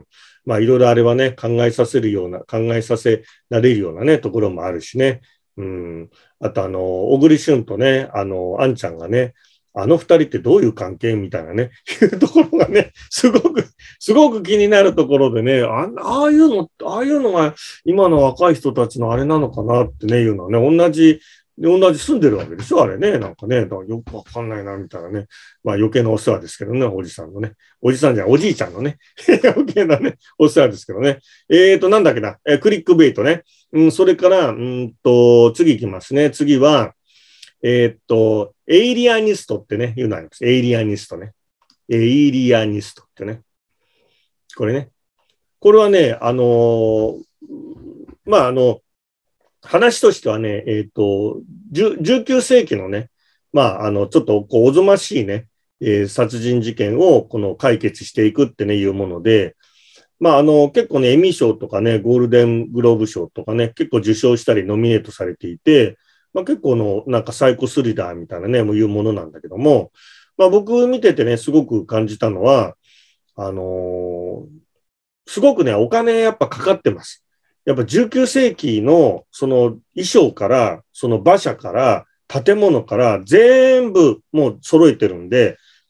まあいろいろあれはね、考えさせるような、考えさせられるようなね、ところもあるしね。うん。あとあの、小栗旬とね、あの、あんちゃんがね、あの二人ってどういう関係みたいなね、いうところがね、すごく、すごく気になるところでね、あああいうの、ああいうのが今の若い人たちのあれなのかなってね、いうのはね、同じ、同じ住んでるわけでしょ、あれね。なんかね、よくわかんないな、みたいなね。まあ余計なお世話ですけどね、おじさんのね。おじさんじゃおじいちゃんのね。余計なね、お世話ですけどね。えーと、なんだっけな。えー、クリックベイトね。うん、それから、うんと、次行きますね。次は、えーっと、エイリアニストってね、いうのあります。エイリアニストね。エイリアニストってね。これね。これはね、あのー、まあ、あの、話としてはね、えーっと、じゅうきゅう世紀のね、まあ、あの、ちょっとこうおぞましいね、えー、殺人事件をこの解決していくってね、いうもので、まあ、あの、結構ね、エミー賞とかね、ゴールデングローブ賞とかね、結構受賞したりノミネートされていて、まあ、結構のなんかサイコスリラーみたいなね、もういうものなんだけども、まあ、僕見ててね、すごく感じたのは、あのー、すごくね、お金やっぱかかってます。やっぱじゅうきゅう世紀のその衣装から、その馬車から、建物から全部もう揃えてるんで、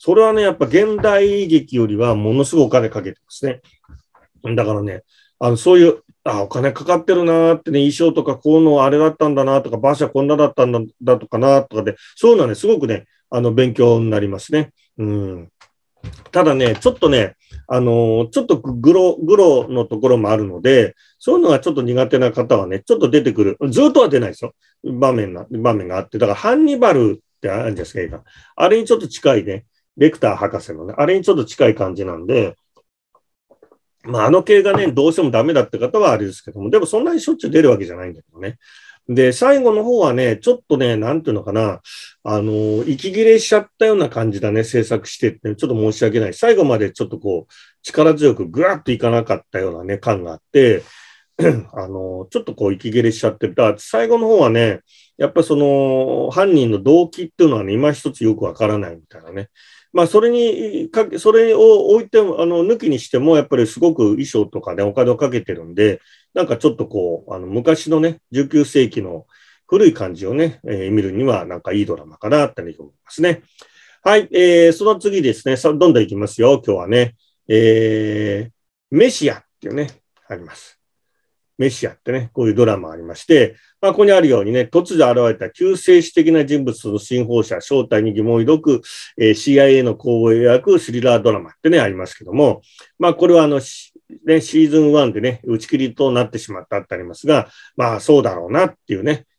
それはね、やっぱ現代劇よりはものすごくお金かけてますね。だからね、あの、そういう、あ、お金かかってるなーってね、衣装とかこういうのあれだったんだなとか、馬車こんなだったんだ、だとかなとかで、そういうのはね、すごくね、あの、勉強になりますね。うん。ただね、ちょっとね、あのーちょっとグロ、グロのところもあるので、そういうのがちょっと苦手な方はね、ちょっと出てくる。ずっとは出ないですよ。場面が、場面があって。だから、ハンニバルってあるんですか、映画。あれにちょっと近いね、レクター博士のね、あれにちょっと近い感じなんで、まあ、あの系がね、どうしてもダメだって方はあれですけども、でもそんなにしょっちゅう出るわけじゃないんだけどね。で、最後の方はね、ちょっとね、なんていうのかな、あの、息切れしちゃったような感じだね、制作してって、ちょっと申し訳ない。最後までちょっとこう、力強くぐわっといかなかったようなね、感があって、あの、ちょっとこう、息切れしちゃってる。だから最後の方はね、やっぱその、犯人の動機っていうのはね、今一つよくわからないみたいなね。まあ、それにかけ、それを置いても、あの、抜きにしても、やっぱりすごく衣装とかね、お金をかけてるんで、なんかちょっとこう、あの、昔のね、じゅうきゅう世紀の古い感じをね、えー見るには、なんかいいドラマかなって思いますね。はい、えー、その次ですね、さどんどんいきますよ、今日はね。えー、メシアっていうね、あります。メシアってね、こういうドラマありまして、まあ、ここにあるようにね、突如現れた救世主的な人物の新報者、正体に疑問を抱く、えー シーアイエー の攻防を描くスリラードラマってね、ありますけども、まあ、これはあの、しね、シーズンワンでね、打ち切りとなってしまったってありますが、まあ、そうだろうなっていうね、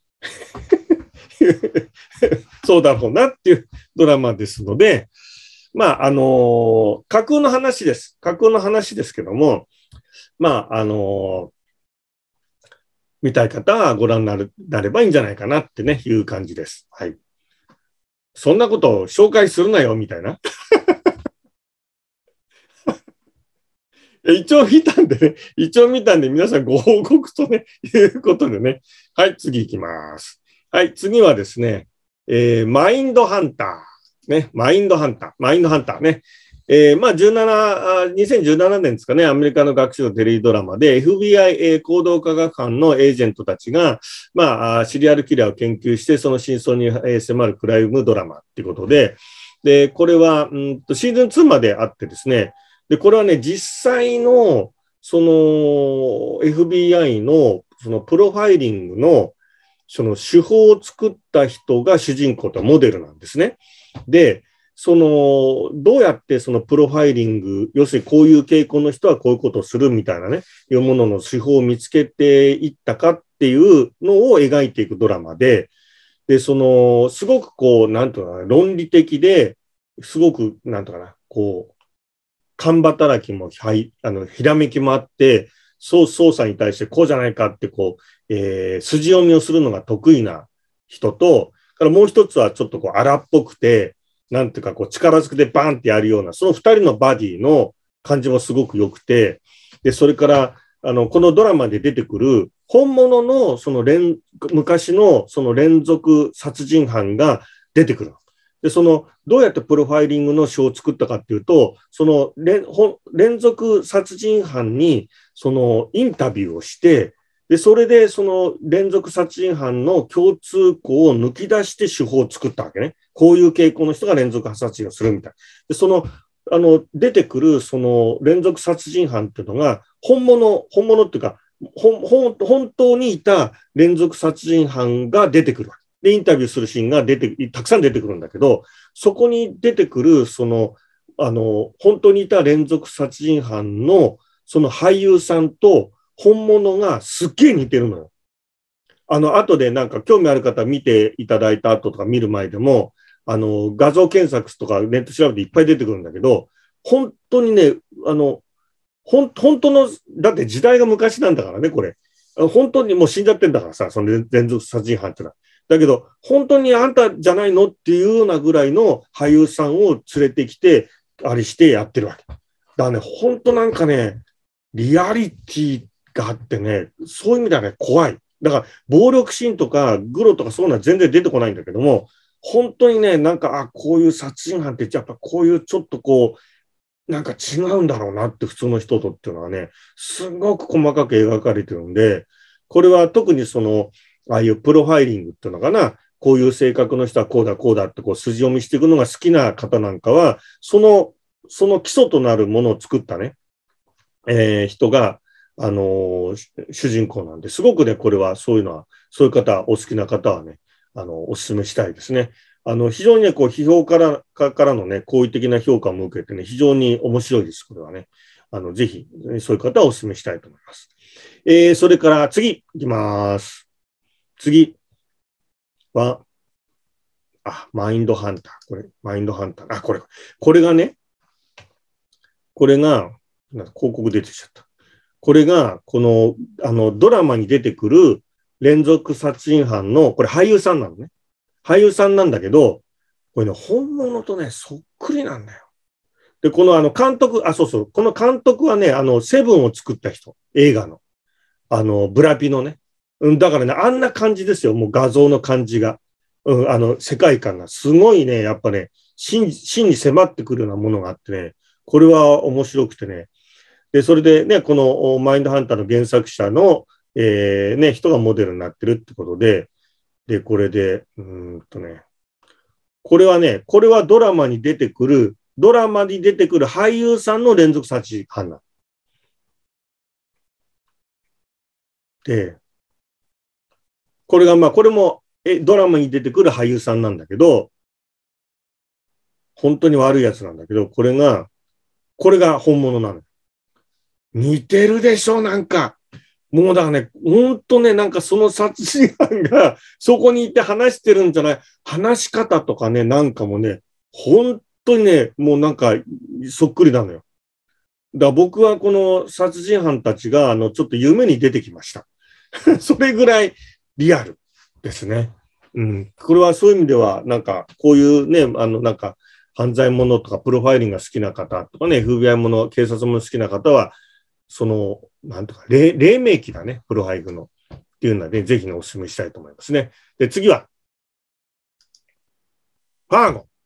そうだろうなっていうドラマですので、まあ、あのー架空の話です。架空の話ですけども、まあ、あのー見たい方はご覧になる、なればいいんじゃないかなってね、いう感じです。はい。そんなことを紹介するなよ、みたいな。一応見たんでね、一応見たんで皆さんご報告とね、いうことでね。はい、次行きます。はい、次はですね、えーマインドハンター。ね、マインドハンター。マインドハンターね。えーまあ、じゅうなな、あにせんじゅうななねんですかね、アメリカの学習のテレビドラマで、エフビーアイ、えー行動科学班のエージェントたちが、まあ、あシリアルキラーを研究して、その真相に、えー迫るクライムドラマっていうことで、で、これは、うんと、シーズンツーまであってですね、で、これはね、実際の、その、エフビーアイ の、その、プロファイリングの、その手法を作った人が主人公とモデルなんですね。で、その、どうやってそのプロファイリング、要するにこういう傾向の人はこういうことをするみたいなね、いうものの手法を見つけていったかっていうのを描いていくドラマで、で、その、すごくこう、なんとかな、論理的で、すごく、なんとかな、こう、勘働きも、はい、あの、ひらめきもあって、そう操作に対してこうじゃないかって、こう、えー、筋読みをするのが得意な人と、からもう一つはちょっとこう荒っぽくて、なんていうかこう力ずくでバンってやるような、その二人のバディの感じもすごく良くて、で、それから、あの、このドラマで出てくる本物のその連、昔のその連続殺人犯が出てくる。で、その、どうやってプロファイリングの書を作ったかっていうと、その連連続殺人犯に、そのインタビューをして、で、それでその連続殺人犯の共通項を抜き出して手法を作ったわけね。こういう傾向の人が連続殺人をするみたい。で、その、あの、出てくるその連続殺人犯っていうのが、本物、本物っていうか、本本当にいた連続殺人犯が出てくるわけ。で、インタビューするシーンが出て、たくさん出てくるんだけど、そこに出てくる、その、あの、本当にいた連続殺人犯の、その俳優さんと本物がすっげえ似てるのよ。あの、後でなんか興味ある方見ていただいた後とか見る前でも、あの、画像検索とかネット調べていっぱい出てくるんだけど、本当にね、あの、ほん、本当の、だって時代が昔なんだからね、これ。本当にもう死んじゃってんだからさ、その連続殺人犯ってのは。だけど、本当にあんたじゃないのっていうようなぐらいの俳優さんを連れてきて、あれしてやってるわけ。だからね、本当なんかね、リアリティがあってね、そういう意味ではね、怖い。だから、暴力シーンとか、グロとかそういうのは全然出てこないんだけども、本当にね、なんか、あ、こういう殺人犯って、やっぱこういうちょっとこう、なんか違うんだろうなって普通の人とっていうのはね、すごく細かく描かれてるんで、これは特にその、ああいうプロファイリングっていうのかな、 こういう性格の人はこうだこうだってこう筋読みしていくのが好きな方なんかは、その、その基礎となるものを作ったね、えー、人が、あのー、主人公なんで、すごくね、これはそういうのは、そういう方、お好きな方はね、あの、お勧めしたいですね。あの、非常にね、こう、批評から、からのね、好意的な評価も受けてね、非常に面白いです、これはね。あの、ぜひ、そういう方はお勧めしたいと思います。えー、それから次、いきます。次は、あ、マインドハンター。これ、マインドハンター。あ、これ、これがね、これが、広告出てきちゃった。これが、この、あの、ドラマに出てくる連続殺人犯の、これ俳優さんなのね。俳優さんなんだけど、これね、本物とね、そっくりなんだよ。で、このあの監督、あ、そうそう、この監督はね、あの、セブンを作った人、映画の。あの、ブラピのね。うん、だからね、あんな感じですよ、もう画像の感じが。うん、あの、世界観がすごいね、やっぱね、真、真に迫ってくるようなものがあってね、これは面白くてね。で、それでね、このマインドハンターの原作者の、えー、ね、人がモデルになってるってことで、で、これで、うーんとね、これはね、これはドラマに出てくる、ドラマに出てくる俳優さんの連続殺人犯なんで、これがまあ、これもえドラマに出てくる俳優さんなんだけど、本当に悪いやつなんだけど、これが、これが本物なの。似てるでしょ、なんか。もうだからね、ほんとね、なんかその殺人犯がそこにいて話してるんじゃない、話し方とかね、なんかもね、本当にね、もうなんかそっくりなのよ。だから僕はこの殺人犯たちが、あの、ちょっと夢に出てきました。それぐらいリアルですね。うん。これはそういう意味では、なんか、こういうね、あの、なんか、犯罪者とかプロファイリングが好きな方とかね、エフビーアイ もの、警察もの好きな方は、その、なんとか、黎黎明期だね、プロファイリングの。っていうのはね、ぜひね、お勧めしたいと思いますね。で、次は、ファーゴ。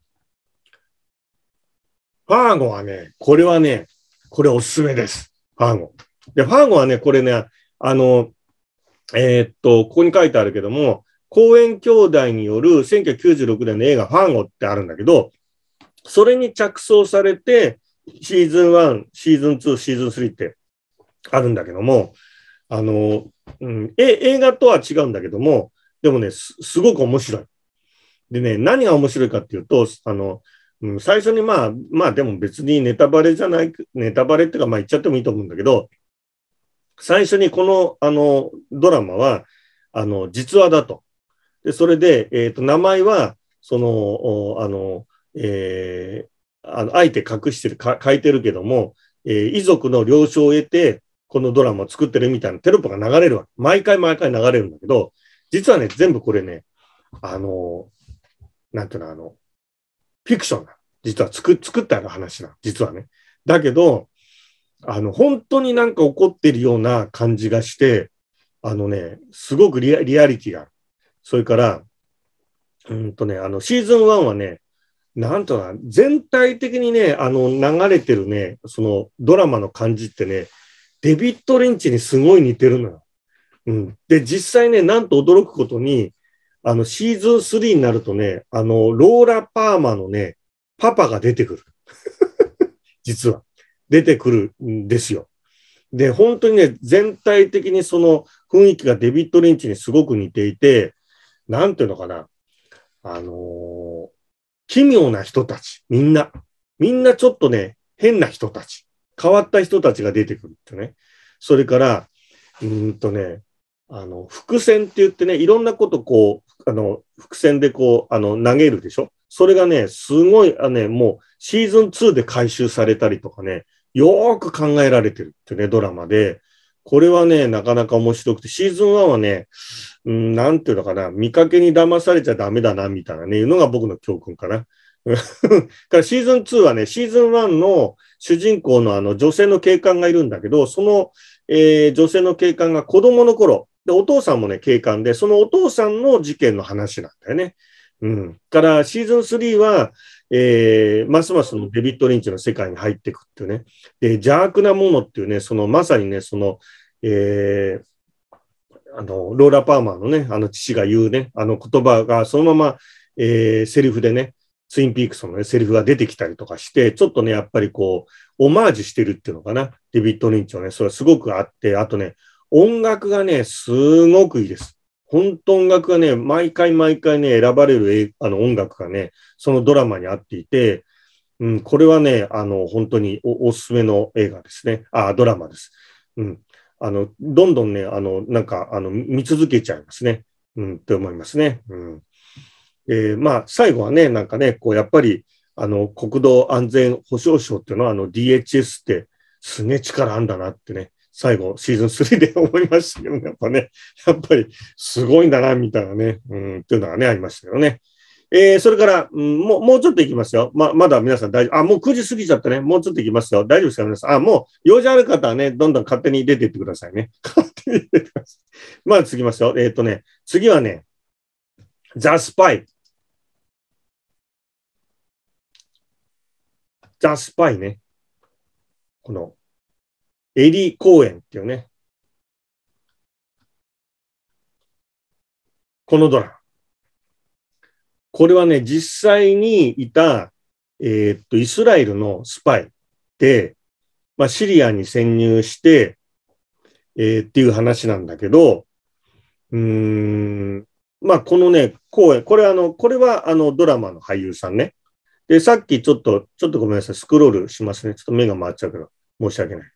ファーゴはね、これはね、これおすすめです。ファーゴ。で、ファーゴはね、これね、あの、えーっと、ここに書いてあるけども、コーエン兄弟によるせんきゅうひゃくきゅうじゅうろくねんの映画ファーゴってあるんだけど、それに着想されて、シーズンワン、シーズンツー、シーズンスリーってあるんだけども、あの、うん、え映画とは違うんだけども、でもね、す、すごく面白い。でね、何が面白いかっていうと、あの、うん、最初にまあ、まあでも別にネタバレじゃない、ネタバレっていうかまあ言っちゃってもいいと思うんだけど、最初にこの、あの、ドラマは、あの、実話だと。で、それで、えっと、名前は、その、あの、えー、あの、あえて隠してる、か書いてるけども、えー、遺族の了承を得て、このドラマを作ってるみたいなテロップが流れるわけ。毎回毎回流れるんだけど、実はね、全部これね、あの、なんていうの、あの、フィクションだ。実は作、作ったような話な。実はね。だけど、あの、本当になんか起こってるような感じがして、あのね、すごくリア、リアリティがある。それから、うんとね、あの、シーズンワンはね、なんとな、全体的にね、あの、流れてるね、そのドラマの感じってね、デビッド・リンチにすごい似てるのよ。うん。で、実際ね、なんと驚くことに、あの、シーズンスリーになるとね、あの、ローラ・パーマのね、パパが出てくる。実は。出てくるんですよ。で、本当にね、全体的にその雰囲気がデビッド・リンチにすごく似ていて、なんていうのかな。あのー、奇妙な人たち。みんな。みんなちょっとね、変な人たち。変わった人たちが出てくるってね。それから、うーんとね、あの、伏線って言ってね、いろんなことこう、あの、伏線でこう、あの、投げるでしょ。それがね、すごい、あね、もうシーズンツーで回収されたりとかね、よーく考えられてるってね、ドラマで、これはね、なかなか面白くて、シーズンワンはね、うん、なんていうのかな、見かけに騙されちゃダメだな、みたいなね、いうのが僕の教訓かな。からシーズンツーはね、シーズンワンの主人公のあの女性の警官がいるんだけど、その、えー、女性の警官が子供の頃、で、お父さんもね、警官で、そのお父さんの事件の話なんだよね。うん。からシーズンスリーは、えー、ますますのデビッド・リンチの世界に入っていくっていうね。で、邪悪なものっていうね、そのまさにね、その、えー、 あの、ローラ・パーマーのね、あの父が言うね、あの言葉がそのまま、えー、セリフでね、ツインピークスの、ね、セリフが出てきたりとかして、ちょっとね、やっぱりこう、オマージュしてるっていうのかな、デビッド・リンチをね、それはすごくあって、あとね、音楽がね、すごくいいです。本当音楽がね、毎回毎回ね、選ばれるあの音楽がね、そのドラマにあっていて、うん、これはね、あの、本当に お, おすすめの映画ですね。あ、ドラマです。うん。あの、どんどんね、あの、なんか、あの、見続けちゃいますね。うん、って思いますね。うん。えー、まあ、最後はね、なんかね、こう、やっぱり、あの、国土安全保障省っていうのは、あの、ディーエイチエス ってすげえ力あんだなってね、最後、シーズンスリーで思いましたけどね、やっぱね、やっぱりすごいんだな、みたいなね、うん、っていうのがね、ありましたけどね。えー、それから、うん、もう、もうちょっと行きますよ。ま、まだ皆さん大丈夫。あ、もうくじ過ぎちゃったね。もうちょっと行きますよ。大丈夫ですか皆さん。あ、もう、用事ある方はね、どんどん勝手に出ていってくださいね。勝手に出てください。まあ、次ますよ。えっ、ー、とね、次はね、ザ・スパイ。ザ・スパイね。この、エリー・コーエンっていうね、このドラマ。これはね、実際にいた、えー、っと、イスラエルのスパイで、まあ、シリアに潜入して、えー、っていう話なんだけど、うーん、まあ、このね、公演、これあの、これはあの、ドラマの俳優さんね。で、さっきちょっと、ちょっとごめんなさい、スクロールしますね。ちょっと目が回っちゃうけど、申し訳ない。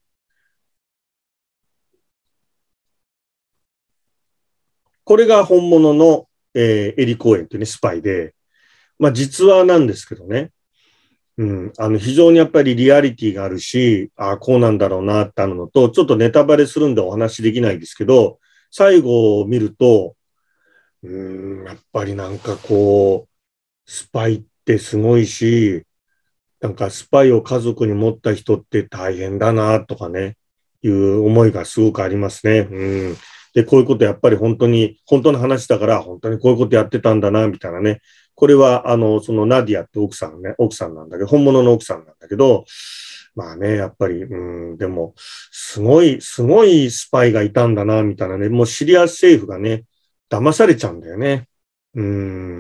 これが本物の、えー、エリ公演っていうね、スパイで、まあ、実話なんですけどね。うん、あの、非常にやっぱりリアリティがあるし、ああ、こうなんだろうなってあるのと、ちょっとネタバレするんでお話できないですけど、最後を見ると、うーん、やっぱりなんかこう、スパイってすごいし、なんかスパイを家族に持った人って大変だなとかね、いう思いがすごくありますね。うん。で、こういうことやっぱり本当に、本当の話だから本当にこういうことやってたんだな、みたいなね。これは、あの、そのナディアって奥さんね、奥さんなんだけど、本物の奥さんなんだけど、まあね、やっぱり、うん、でも、すごい、すごいスパイがいたんだな、みたいなね。もうシリア政府がね、騙されちゃうんだよね。うん、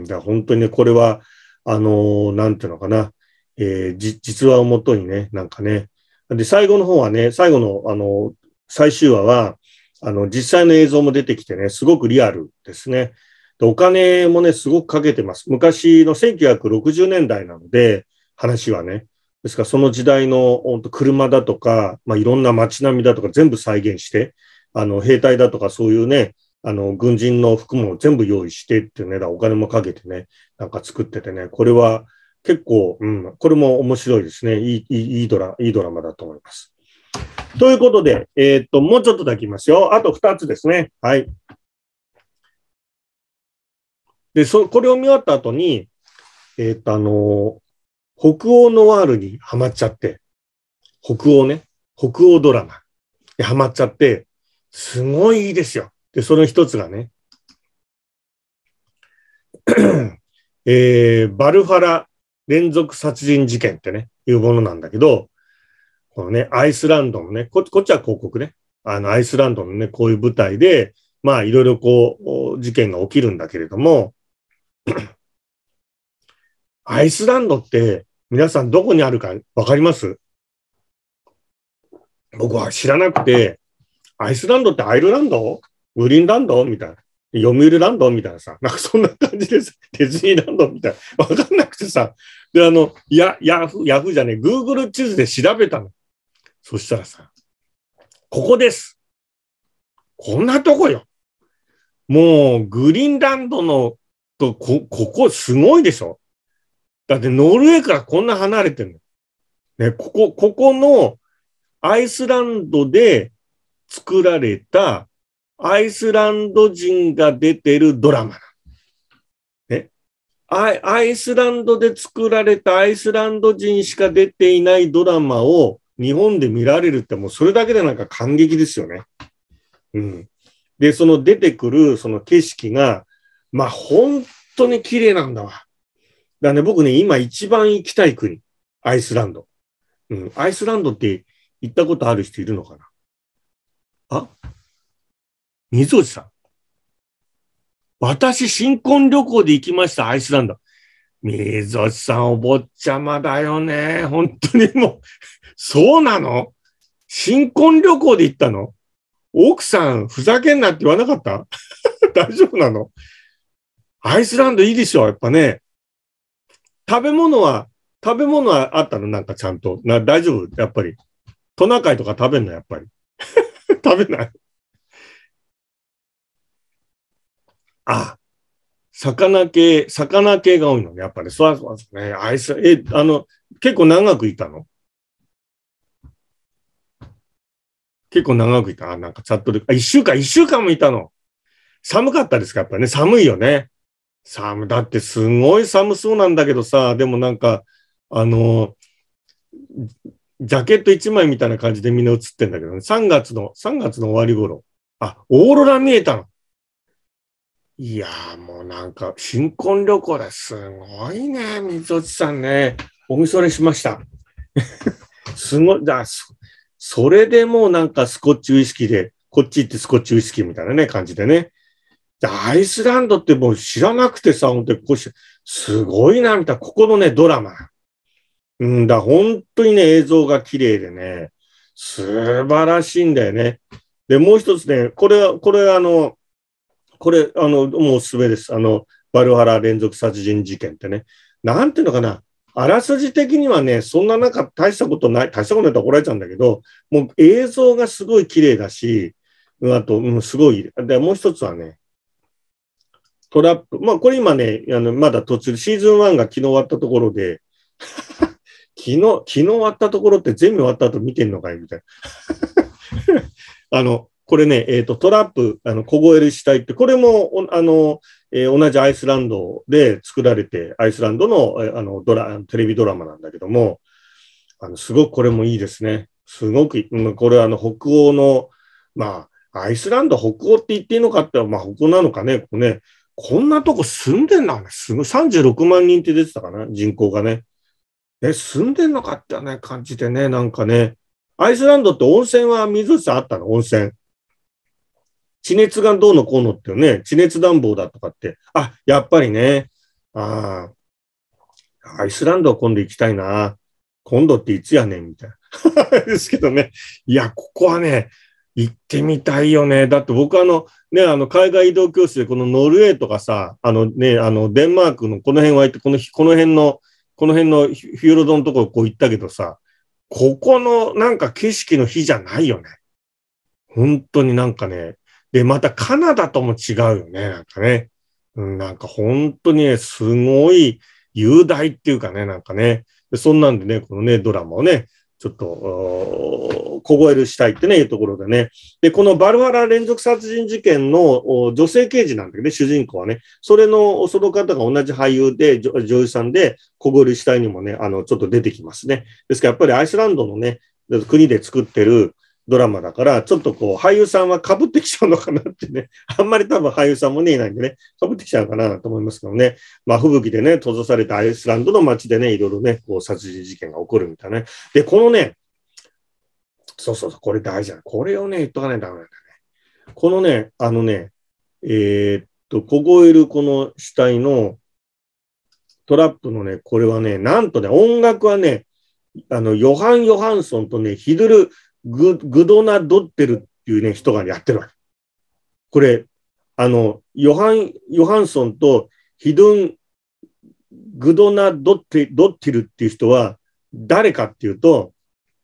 だから本当にね、これは、あの、なんていうのかな。えー、じ実話をもとにね、なんかね。で、最後の方はね、最後の、あの、最終話は、あの、実際の映像も出てきてね、すごくリアルですね。で、お金もね、すごくかけてます。昔のせんきゅうひゃくろくじゅうねんだいなので、話はね。ですから、その時代の本当車だとか、まあ、いろんな街並みだとか全部再現して、あの、兵隊だとかそういうね、あの、軍人の服も全部用意してっていうね、お金もかけてね、なんか作っててね、これは結構、うん、これも面白いですね。いい、いい、いいドラ、いいドラマだと思います。ということで、えー、っと、もうちょっとだけいきますよ。あとふたつですね。はい。で、そ、これを見終わった後に、えー、っと、あのー、北欧ノワールにハマっちゃって、北欧ね、北欧ドラマにハマっちゃって、すごいいいですよ。で、その一つがね、えー、バルファラ連続殺人事件ってね、いうものなんだけど、このね、アイスランドのね、こ、こっちは広告ね。あの、アイスランドのね、こういう舞台で、まあ、いろいろこう、事件が起きるんだけれども、アイスランドって、皆さんどこにあるかわかります？僕は知らなくて、アイスランドってアイルランドグリーンランドみたいな。読売ランドみたいなさ、なんかそんな感じです。ディズニーランドみたいな。わかんなくてさ。で、あの、や、ヤフー、ヤフーじゃねえ、Google 地図で調べたの。そしたらさ、ここです。こんなとこよ。もう、グリーンランドの、と、こ、ここすごいでしょ？だってノルウェーからこんな離れてるの。ね、ここ、ここのアイスランドで作られたアイスランド人が出てるドラマ。ね。アイスランドで作られたアイスランド人しか出ていないドラマを日本で見られるってもうそれだけでなんか感激ですよね。うん。で、その出てくるその景色が、まあ本当に綺麗なんだわ。だからね、僕ね、今一番行きたい国、アイスランド。うん。アイスランドって行ったことある人いるのかなあ、水落さん。 私、新婚旅行で行きました、アイスランド。水落さん、お坊ちゃまだよね。本当にもう、そうなの？新婚旅行で行ったの？奥さん、ふざけんなって言わなかった大丈夫なの？アイスランドいいでしょ、やっぱね。食べ物は、食べ物はあったの？なんかちゃんと。な、大丈夫？やっぱり。トナカイとか食べんの？やっぱり。食べない？あ、魚系、魚系が多いのね。やっぱり。そうそうですね。アイス、え、あの、結構長くいたの？結構長くいた。あ、なんかチャットで。あ、一週間、一週間もいたの。寒かったですか？やっぱね。寒いよね。寒、だってすごい寒そうなんだけどさ、でもなんか、あの、ジャケット一枚みたいな感じでみんな映ってんだけどね。さんがつの、さんがつの終わり頃。あ、オーロラ見えたの。いやーもうなんか、新婚旅行ですごいね、水落さんね。おみそれしました。すごい、だ、そ、それでもうなんかスコッチウイスキーで、こっち行ってスコッチウイスキーみたいなね、感じでね。アイスランドってもう知らなくてさ、本当にこうし、すごいな、みたいな、ここのね、ドラマ。うんだ、本当にね、映像が綺麗でね、素晴らしいんだよね。で、もう一つね、これは、これあの、これ、あの、もうおすすめです。あの、バルハラ連続殺人事件ってね。なんていうのかな。あらすじ的にはね、そんななんか大したことない、大したことないと怒られちゃうんだけど、もう映像がすごい綺麗だし、あと、うん、すごい。で、もう一つはね、トラップ。まあ、これ今ね、あの、まだ途中、シーズンワンが昨日終わったところで、昨日、昨日終わったところって全部終わった後見てんのかいみたいな。あの、これね、えっ、ー、と、トラップ、あの、凍える死体って、これも、あの、えー、同じアイスランドで作られて、アイスランドの、あの、ドラ、テレビドラマなんだけども、あの、すごくこれもいいですね。すごく、これあの、北欧の、まあ、アイスランド北欧って言っていいのかって、まあ、北欧なのかね、ここね、こんなとこ住んでんだね。すごい、さんじゅうろくまん人って出てたかな、人口がね。え、住んでんのかってね、感じでね、なんかね。アイスランドって温泉は水内さんあったの？温泉。地熱がどうのこうのってね、地熱暖房だとかって。あ、やっぱりね。ああ、アイスランドは今度行きたいな。今度っていつやねんみたいな。ですけどね。いや、ここはね、行ってみたいよね。だって僕あの、ね、あの、海外移動教室でこのノルウェーとかさ、あのね、あの、デンマークのこの辺は行って、この、この辺の、この辺のフィヨルドのところこう行ったけどさ、ここのなんか景色の日じゃないよね。本当になんかね。で、またカナダとも違うよね。なんかね。うん、なんか本当にね、すごい雄大っていうかね、なんかね。でそんなんでね、このね、ドラマをね、ちょっと、凍えるしたいってね、いうところでね。で、このバルハラ連続殺人事件の女性刑事なんだけどね、主人公はね。それの、その方が同じ俳優で、女優さんで、凍える死体にもね、あの、ちょっと出てきますね。ですから、やっぱりアイスランドのね、国で作ってるドラマだから、ちょっとこう、俳優さんは被ってきちゃうのかなってね。あんまり多分俳優さんもね、いないんでね、被ってきちゃうかなと思いますけどね。まあ、吹雪でね、閉ざされたアイスランドの街でね、いろいろね、こう、殺人事件が起こるみたいなね。で、このね、そうそうそう、これ大事なの。これをね、言っとかないとダメなんだよね。このね、あのね、えー、っと、凍えるこの死体のトラップのね、これはね、なんとね、音楽はね、あの、ヨハン・ヨハンソンとね、ヒドル・グ、グドナ・ドッテルっていうね、人がやってるわけ。これ、あの、ヨハン・ヨハンソンとヒドン・グドナ・ドッテ、ドッテルっていう人は誰かっていうと、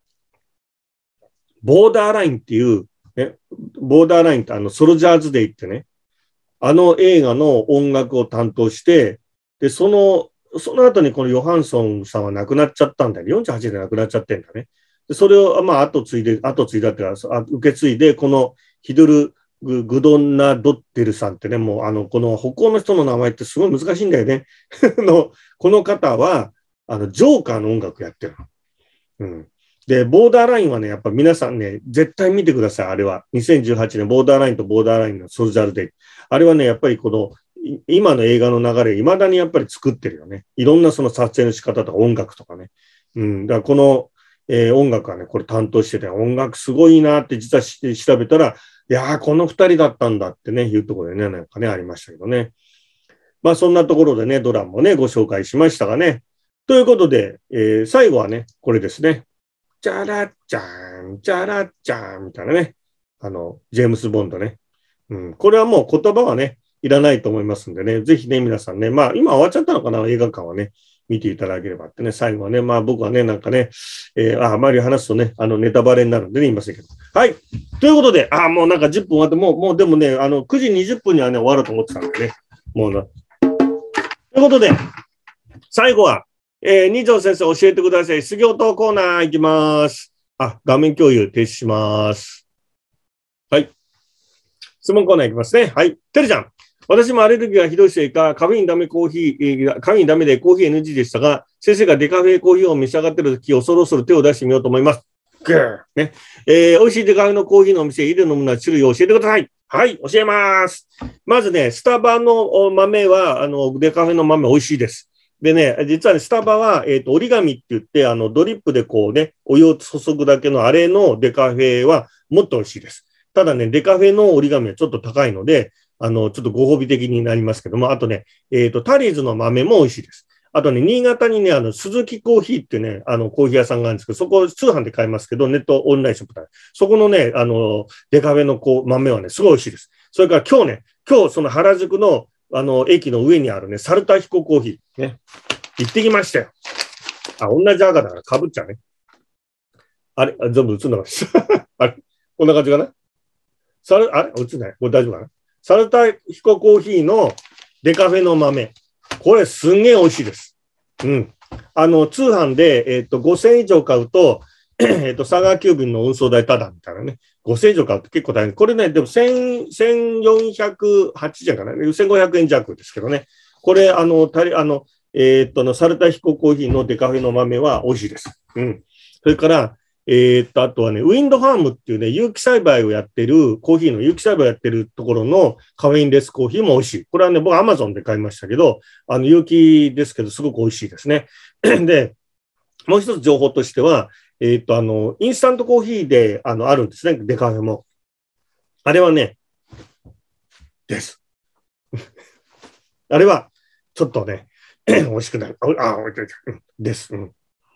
ボーダーラインっていう、ね、ボーダーラインってあの、ソルジャーズデイってね、あの映画の音楽を担当して、で、その、その後にこのヨハンソンさんは亡くなっちゃったんだよね。よんじゅうはちで亡くなっちゃってんだね。でそれを、まあ、後継いで、後継いだっていうか、受け継いで、このヒドル・ググドンナ・ドッテルさんってね、もう、あの、この北欧の人の名前ってすごい難しいんだよね。のこの方は、あの、ジョーカーの音楽やってるの。うん。で、ボーダーラインはね、やっぱ皆さんね、絶対見てください、あれは。にせんじゅうはちねん、ボーダーラインとボーダーラインのソルジャールデイ。あれはね、やっぱりこの、今の映画の流れ、未だにやっぱり作ってるよね。いろんなその撮影の仕方とか音楽とかね。うん。だからこの、えー、音楽はね、これ担当してて、音楽すごいなって実は調べたら、 いやー、この二人だったんだってね、いうところでね、なんかね、ありましたけどね。まあ、そんなところでね、ドラマもね、ご紹介しましたがね。ということで、えー、最後はね、これですね。チャラッチャーン、チャラッチャーンみたいなね。あの、ジェームス・ボンドね。うん。これはもう言葉はね、いらないと思いますんでね。ぜひね、皆さんね。まあ、今終わっちゃったのかな、映画館はね。見ていただければってね。最後はね、まあ僕はね、なんかね、えー、あ、あまり話すとね、あの、ネタバレになるんでね、言いませんけど。はい。ということで、あ、もうなんかじゅっぷん終わって、もう、もうでもね、あの、くじにじゅっぷんにはね、終わると思ってたんでね。もうな。ということで、最後は、えー、二条先生教えてください。失業等コーナーいきます。あ、画面共有停止します。はい。質問コーナーいきますね。はい。てるちゃん。私もアレルギーがひどいせいか、カフェインダメコーヒー、カフェインダメでコーヒー エヌジー でしたが、先生がデカフェコーヒーを召し上がっているとき、恐る恐る手を出してみようと思います。ぐーね。えー、美味しいデカフェのコーヒーのお店、いるのもの種類を教えてください。はい、教えます。まずね、スタバの豆は、あの、デカフェの豆美味しいです。でね、実はね、スタバは、えっと、折り紙って言って、あの、ドリップでこうね、お湯を注ぐだけのあれのデカフェはもっと美味しいです。ただね、デカフェの折り紙はちょっと高いので、あの、ちょっとご褒美的になりますけども、あとね、えっと、タリーズの豆も美味しいです。あとね、新潟にね、あの、鈴木コーヒーってね、あの、コーヒー屋さんがあるんですけど、そこ通販で買えますけど、ネットオンラインショップだ。そこのね、あの、デカフェのこう豆はね、すごい美味しいです。それから今日ね、今日その原宿の、あの、駅の上にあるね、サルタヒココーヒー、ね、行ってきましたよ。あ、同じ赤だから被っちゃうね。あれあ全部映んなかった。あれこんな感じかなサル、あれ映んないこれ大丈夫かなサルタヒココーヒーのデカフェの豆。これすんげえ美味しいです。うん。あの、通販で、えっと、ごせんえん以上買うと、えっと、佐川急便の運送代ただみたいなね。ごせんえん以上買うと結構大変。これね、でもせん、せんよんひゃくはちじゅうえんかな。せんごひゃくえん弱ですけどね。これ、あの、たり、あの、えっと、の、サルタヒココーヒーのデカフェの豆は美味しいです。うん。それから、えー、っと、あとはね、ウィンドファームっていうね、有機栽培をやってる、コーヒーの有機栽培をやってるところのカフェインレスコーヒーも美味しい。これはね、僕アマゾンで買いましたけど、あの、有機ですけど、すごく美味しいですね。で、もう一つ情報としては、えー、っと、あの、インスタントコーヒーで、あの、あるんですね、デカフェも。あれはね、です。あれは、ちょっとね、美味しくない。あ、あ、です。うん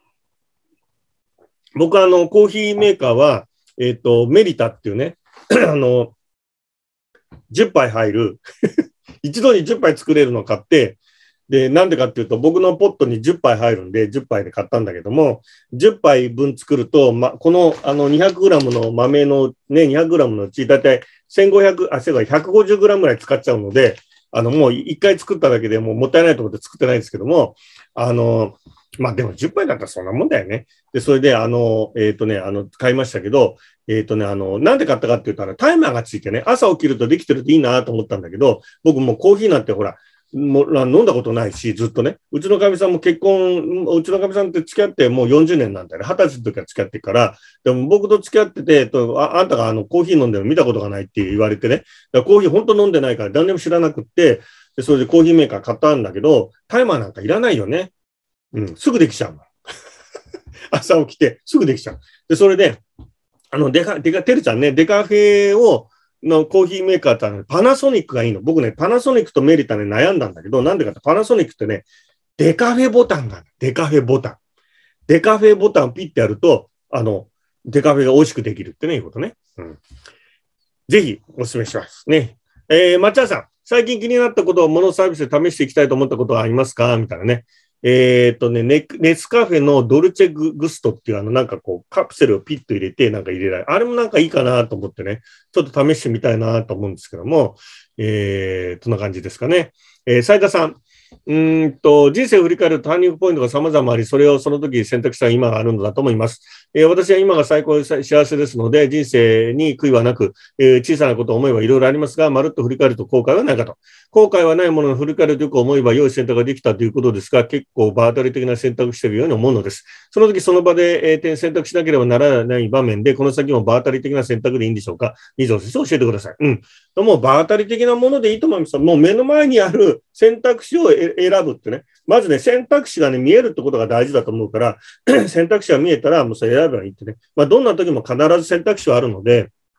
僕はあの、コーヒーメーカーは、えっと、メリタっていうね、あの、じゅっぱい入る、一度にじゅっぱい作れるのを買って、で、なんでかっていうと、僕のポットにじゅっぱい入るんで、じゅっぱいで買ったんだけども、じゅっぱいぶん作ると、ま、この、あの、にひゃくグラム の豆のね、にひゃくグラム のうち、だいたいせんごひゃく、あ、せんごひゃく、ひゃくごじゅうグラム ぐらい使っちゃうので、あの、もう一回作っただけでもうもったいないと思って作ってないんですけども、あの、まあ、でもじゅっぱいだったらそんなもんだよね。で、それで、あの、えっとね、あの、買いましたけど、えっとね、あの、なんで買ったかって言ったら、タイマーがついてね、朝起きるとできてるといいなと思ったんだけど、僕もうコーヒーなんてほら、もう飲んだことないし、ずっとね、うちのかみさんも結婚、うちのかみさんって付き合ってもうよんじゅうねんなんだよね。はたちの時は付き合ってから、でも僕と付き合ってて、とああんたがあのコーヒー飲んでるの見たことがないって言われてね、だからコーヒー本当飲んでないから何でも知らなくって、でそれでコーヒーメーカー買ったんだけど、タイマーなんかいらないよね。うん、すぐできちゃう。朝起きてすぐできちゃう。で、それで、あの、デカ、デカ、てるちゃんね、デカフェを、のコーヒーメーカーって、ね、パナソニックがいいの。僕ね、パナソニックとメリタね、悩んだんだけど、なんでかってパナソニックってね、デカフェボタンがある。デカフェボタン。デカフェボタンをピッてやると、あの、デカフェが美味しくできるってね、いうことね。うん。ぜひ、お勧めします。ね。えー、抹茶さん、最近気になったことをモノサービスで試していきたいと思ったことはありますかみたいなね。えー、っとね、ネ、ネスカフェのドルチェググストっていうあのなんかこうカプセルをピッと入れてなんか入れられる。あれもなんかいいかなと思ってね、ちょっと試してみたいなと思うんですけども、えー、そんな感じですかね。えー、斉田さん。うーんと、人生を振り返るターニングポイントが様々あり、それをその時選択した今があるのだと思います。えー、私は今が最高に幸せですので、人生に悔いはなく、えー、小さなことを思えばいろいろありますが、まるっと振り返ると後悔はないかと。後悔はないものの振り返るとよく思えば良い選択ができたということですが、結構場当たり的な選択しているように思うのです。その時その場で、えー、選択しなければならない場面で、この先も場当たり的な選択でいいんでしょうか。二条先生教えてください。うん。もう場当たり的なものでいいと思います。もう目の前にある選択肢を選ぶってね。まずね、選択肢がね、見えるってことが大事だと思うから、選択肢が見えたら、もうそれ選べばいいってね。まあ、どんな時も必ず選択肢はあるので、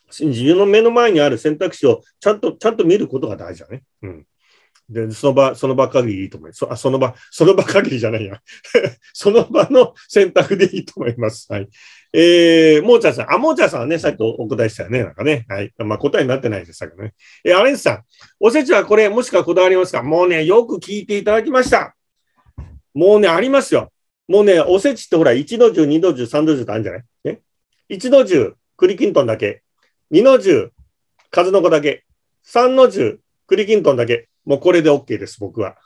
自分の目の前にある選択肢をちゃんと、ちゃんと見ることが大事だね。うん。で、その場、その場限りいいと思います。そ、あ、その場、その場限りじゃないや。その場の選択でいいと思います。はい。えー、もーちゃんさん。あ、もーちゃんさんはね、さっきお答えしたよね。なんかね。はい。まあ、答えになってないですけどね。えー、アレンスさん。おせちはこれ、もしかこだわりますか？もうね、よく聞いていただきました。もうね、ありますよ。もうね、おせちってほら、いちの重、にの重、さんの重ってあるんじゃないね。いちの重、栗きんとんだけ。にの重、数の子だけ。さんの重、栗きんとんだけ。もうこれで OK です、僕は。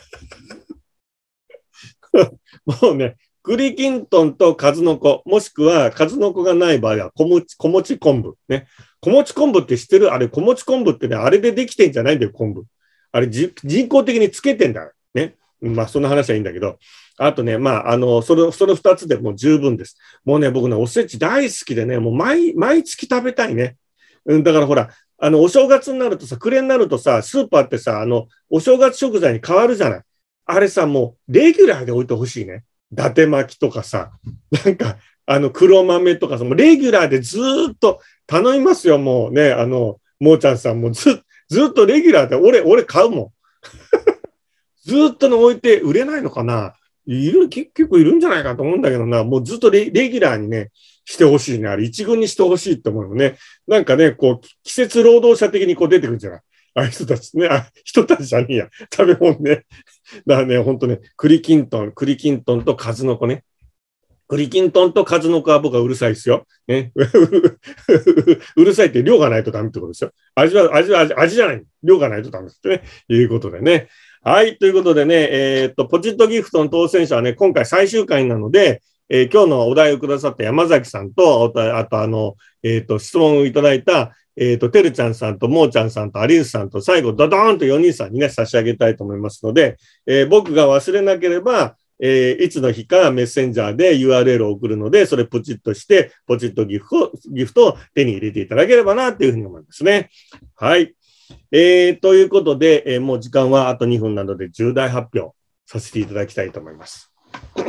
もうね、栗きんとんと数の子、もしくは数の子がない場合は小餅、小餅昆布。ね。小餅昆布って知ってる？あれ、小餅昆布ってね、あれでできてんじゃないんだよ、昆布。あれ、人工的につけてんだ。ね。まあ、その話はいいんだけど。あとね、まあ、あの、それ、その二つでもう十分です。もうね、僕ね、おせち大好きでね、もう毎、毎月食べたいね。うん、だからほら、あの、お正月になるとさ、暮れになるとさ、スーパーってさ、あの、お正月食材に変わるじゃない。あれさ、もう、レギュラーで置いてほしいね。伊達巻きとかさ、なんか、あの、黒豆とかさ、もうレギュラーでずーっと頼みますよ、もうね、あの、もーちゃんさんもず、ずっとレギュラーで、俺、俺買うもん。ずーっとの置いて売れないのかないる、結構いるんじゃないかと思うんだけどな、もうずっとレ、レギュラーにね、してほしいね。あれ、一軍にしてほしいって思うよね。なんかね、こう、季節労働者的にこう出てくるんじゃない？ああいう人たちね、あ、人たちじゃねえや。食べ物ね。だからね、ほんとね、栗きんとん、栗きんとんと数の子ね。栗きんとんと数の子は僕はうるさいですよ。ね。うるさいって量がないとダメってことですよ。味は、味は、味味じゃない。量がないとダメですってね。いうことでね。はい。ということでね、えー、っと、ポチッとギフトの当選者はね、今回最終回なので、えー、今日のお題をくださった山崎さんと、あと、あの、えー、っと、質問をいただいた、えっと、てるちゃんさんと、もーちゃんさんと、アリウスさんと、最後、ドドーンとよにんさんにね、差し上げたいと思いますので、えー、僕が忘れなければ、えー、いつの日かメッセンジャーで ユーアールエル を送るので、それポチッとして、ポチッとギフト、ギフトを手に入れていただければな、というふうに思いますね。はい。えー、ということで、えー、もう時間はあとにふんなので、重大発表させていただきたいと思います。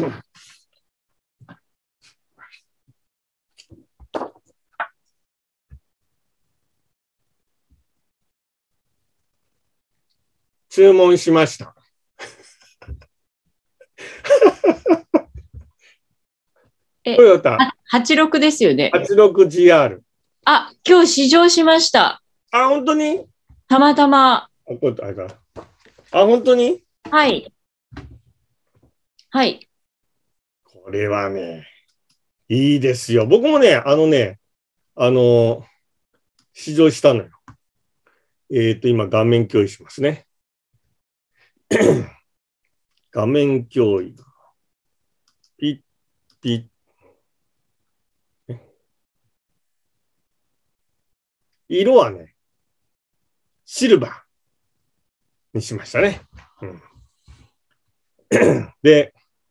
注文しました。トヨタ。 はちじゅうろくですよね。 はちじゅうろくジーアール。 あ、今日試乗しました。 あ、本当に？ たまたま。 あ、これあれか。あ、本当に？ はい。はい。 これはね、いいですよ。僕もね、あのね、あの、試乗したのよ。えっと、今、画面共有しますね。画面共有。ピッ、ピッ。色はね、シルバーにしましたね。うん、で、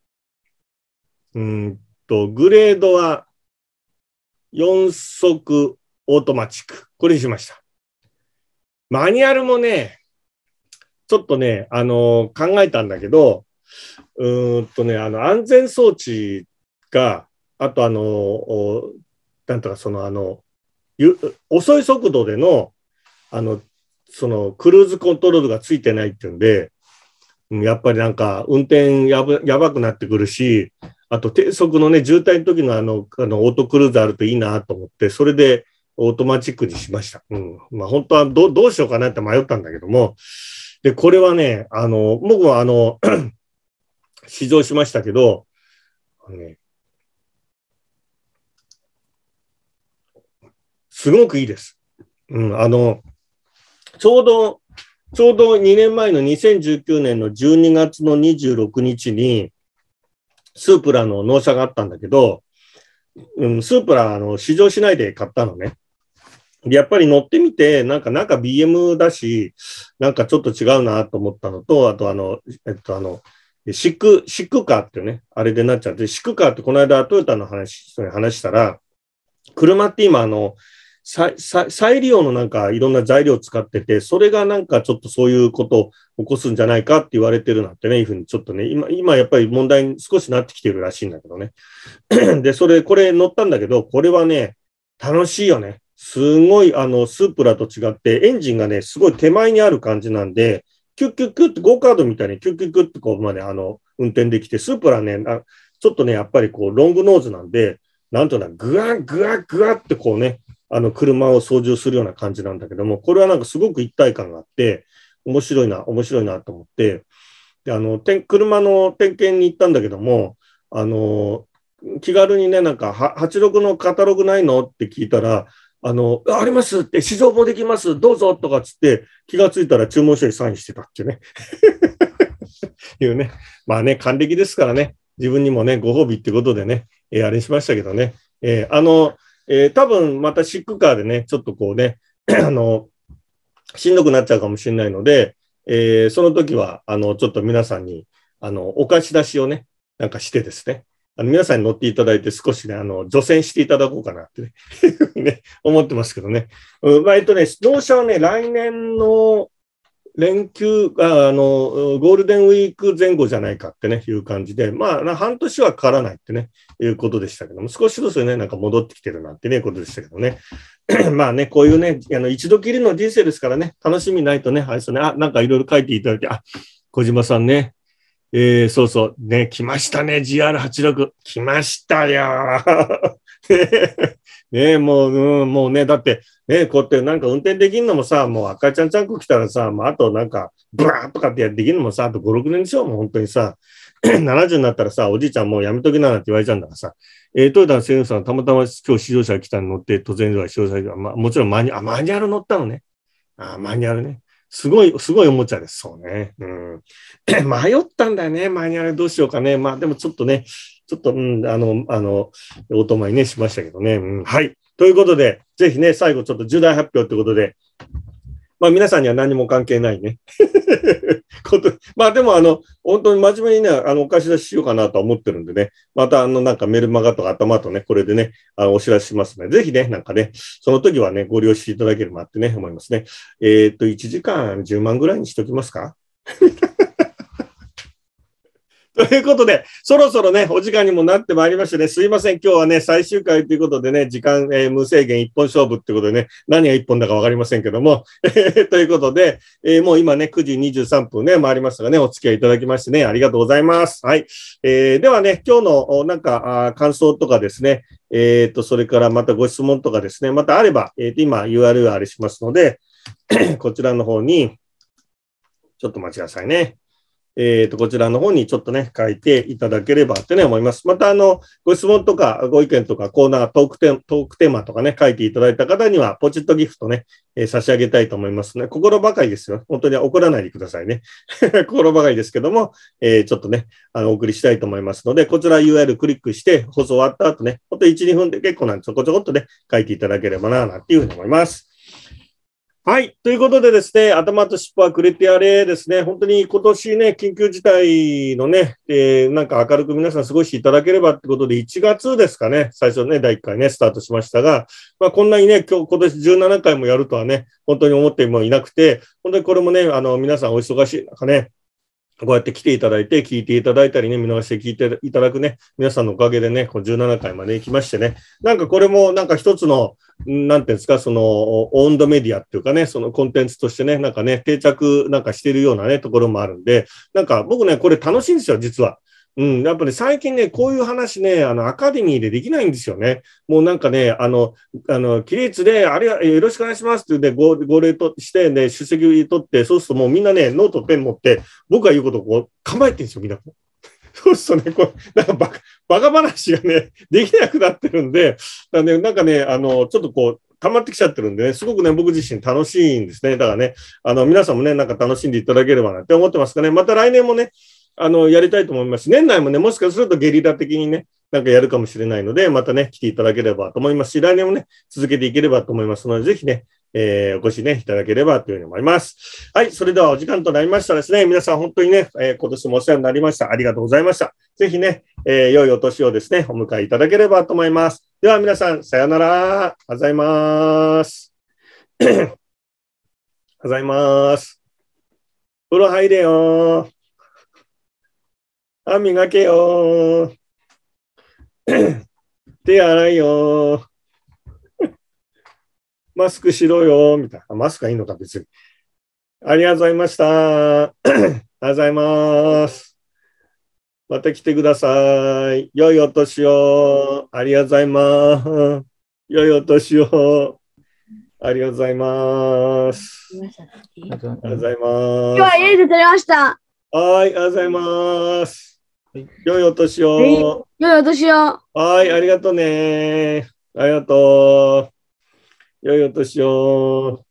うんと、グレードはよん速オートマチック。これにしました。マニュアルもね、ちょっとね、あのー、考えたんだけど、うーんとね、あの、安全装置が、あとあのー、なんとかそのあの、遅い速度での、あの、そのクルーズコントロールがついてないっていうんで、やっぱりなんか運転やば、やばくなってくるし、あと低速のね、渋滞の時のあの、あのオートクルーズあるといいなと思って、それでオートマチックにしました。うん。まあ本当はどどうしようかなって迷ったんだけども、で、これはね、あの、僕はあの、試乗しましたけど、あのね、すごくいいです。うん、あの、ちょうど、ちょうどにねんまえのにせんじゅうきゅうねんのじゅうにがつのにじゅうろくにちに、スープラの納車があったんだけど、うん、スープラ、あの、試乗しないで買ったのね。やっぱり乗ってみて、なんか、なんか ビーエム だし、なんかちょっと違うなと思ったのと、あとあの、えっとあの、シック、シックカーってね、あれでなっちゃって、シックカーってこの間トヨタの話、人に話したら、車って今あの、再、再、再利用のなんかいろんな材料を使ってて、それがなんかちょっとそういうことを起こすんじゃないかって言われてるなんてね、いうふうにちょっとね、今、今やっぱり問題に少しなってきてるらしいんだけどね。で、それ、これ乗ったんだけど、これはね、楽しいよね。 すごい、あの、スープラと違って、エンジンがね、すごい手前にある感じなんで、キュッキュッキュッってゴーカードみたいにキュッキュッキュッってこうまで、あの、運転できて、スープラね、あちょっとね、やっぱりこう、ロングノーズなんで、なんとなく、ぐわぐわぐわってこうね、あの、車を操縦するような感じなんだけども、これはなんかすごく一体感があって、面白いな、面白いなと思って、で、あの、て車の点検に行ったんだけども、あの、気軽にね、なんか、ははちじゅうろくのカタログないのって聞いたら、あの、ありますって、試乗もできます、どうぞとかつって、気がついたら注文書にサインしてたっていうね。いうね。まあね、還暦ですからね、自分にもね、ご褒美ってことでね、えーあれしましたけどね。えーあの、えー多分またシックカーでね、ちょっとこうね、あの、しんどくなっちゃうかもしれないので、えーその時は、あの、ちょっと皆さんに、あの、お貸し出しをね、なんかしてですね、あの皆さんに乗っていただいて少しね、あの、除染していただこうかなってね、ね思ってますけどね。うん、まあ、えっとね、納車はね、来年の連休あ、あの、ゴールデンウィーク前後じゃないかってね、いう感じで、まあ、半年はかからないってね、いうことでしたけども、少しずつね、なんか戻ってきてるなんてね、ことでしたけどね。まあね、こういうね、あの、一度きりの人生ですからね、楽しみないとね、あれですね、あ、なんかいろいろ書いていただいて、あ、小島さんね、えー、そうそう、ね、来ましたね、ジーアールはちじゅうろく。来ましたよね。ね、もう、うん、もうね、だって、ね、こうやってなんか運転できるのもさ、もう赤ちゃんちゃんこ来たらさ、もうあとなんか、ブワーとかってやってできるのもさ、あとご、ろくねんでしょ、もう本当にさ。ななじゅうになったらさ、おじいちゃんもうやめときななんて言われちゃうんだからさ。えー、トヨタの専用さん、たまたま今日試乗車来たの乗って、突然では試乗車が、まあ、もちろんマニュあ、マニュアル乗ったのね。あ、マニュアルね。すごい、すごいおもちゃです。そうね。うん。迷ったんだよね。マニュアルどうしようかね。まあでもちょっとね、ちょっと、うん、あの、あの、お泊まりね、しましたけどね。うん、はい。ということで、ぜひね、最後ちょっと重大発表ということで、まあ皆さんには何も関係ないね。ことまあでもあの、本当に真面目にね、あの、お貸し出ししようかなと思ってるんでね、またあの、なんかメルマガとか頭とね、これでね、あのお知らせしますので、ぜひね、なんかね、その時はね、ご了承いただければってね、思いますね。えっと、いちじかんじゅうまんぐらいにしときますか。ということで、そろそろね、お時間にもなってまいりましてね、すいません、今日はね、最終回ということでね、時間、えー無制限一本勝負ってことでね、何が一本だかわかりませんけども、えーということで、えーもう今ね、くじにじゅうさんぷんね、回りましたがね、お付き合いいただきましてね、ありがとうございます。はい。えーではね、今日のおなんかあー感想とかですね、えっと、それからまたご質問とかですね、またあれば、えーと今 ユーアールエル あれしますので、こちらの方に、ちょっと待ちくださいね。えっと、こちらの方にちょっとね、書いていただければってね、思います。また、あの、ご質問とかご意見とかコーナー、トークテーマ、トークテーマとかね、書いていただいた方には、ポチッとギフトね、えー差し上げたいと思いますね。心ばかりですよ。本当に怒らないでくださいね。心ばかりですけども、えーちょっとね、あの、お送りしたいと思いますので、こちら ユーアールエル クリックして、放送終わった後ね、本当いち、にふんで結構なんで、ちょこちょこっとね、書いていただければな、なんていうふうに思います。はい。ということでですね、頭と尻尾はくれてやれですね。本当に今年ね、緊急事態のね、えーなんか明るく皆さん過ごしていただければってことで、いちがつですかね、最初ね、だいいっかいね、スタートしましたが、まあ、こんなにね、今日、今年じゅうななかいもやるとはね、本当に思ってもいなくて、本当にこれもね、あの、皆さんお忙しい中ね、こうやって来ていただいて、聞いていただいたりね、見逃して聞いていただくね、皆さんのおかげでね、こうじゅうななかいまで行きましてね、なんかこれもなんか一つの、なんていうんですか、その、オンドメディアっていうかね、そのコンテンツとしてね、なんかね、定着なんかしてるようなね、ところもあるんで、なんか僕ね、これ楽しいんですよ、実は。うん、やっぱり、ね、最近ね、こういう話ね、あの、アカデミーでできないんですよね。もうなんかね、あの、あの、起立で、あれはよろしくお願いしますって言って、号号令として、ね、出席取って、そうするともうみんなね、ノートペン持って、僕が言うことをこう構えてるんですよ、みんな。そうするとね、こう、なんかバカ、バカ話がね、できなくなってるんで、だね、なんかね、あの、ちょっとこう、溜まってきちゃってるんでね、すごくね、僕自身楽しいんですね。だからね、あの、皆さんもね、なんか楽しんでいただければなって思ってますかね。また来年もね、あの、やりたいと思いますし、年内もね、もしかするとゲリラ的にね、なんかやるかもしれないので、またね、来ていただければと思いますし、来年もね、続けていければと思いますので、ぜひね、えーお越しね、いただければというふうに思います。はい、それではお時間となりましたらですね、皆さん本当にね、えー今年もお世話になりました。ありがとうございました。ぜひね、えー良いお年をですね、お迎えいただければと思います。では皆さん、さよなら。ありがとうございます。ありがとうございます。風呂入れよ。歯磨けよ。手洗いよ。 マスクしろよ、みたいな。マスクはいいのか、別に。ありがとうございました。ありがとうございます。また来てください。良いお年を。ありがとうございます。良いお年を。ありがとうございます。ありがとうございます。 今日は家で撮りました。 はい、ありがとうございます。良いお年を。 良いお年を。 はい、ありがとうね。ありがとう。良いお年を。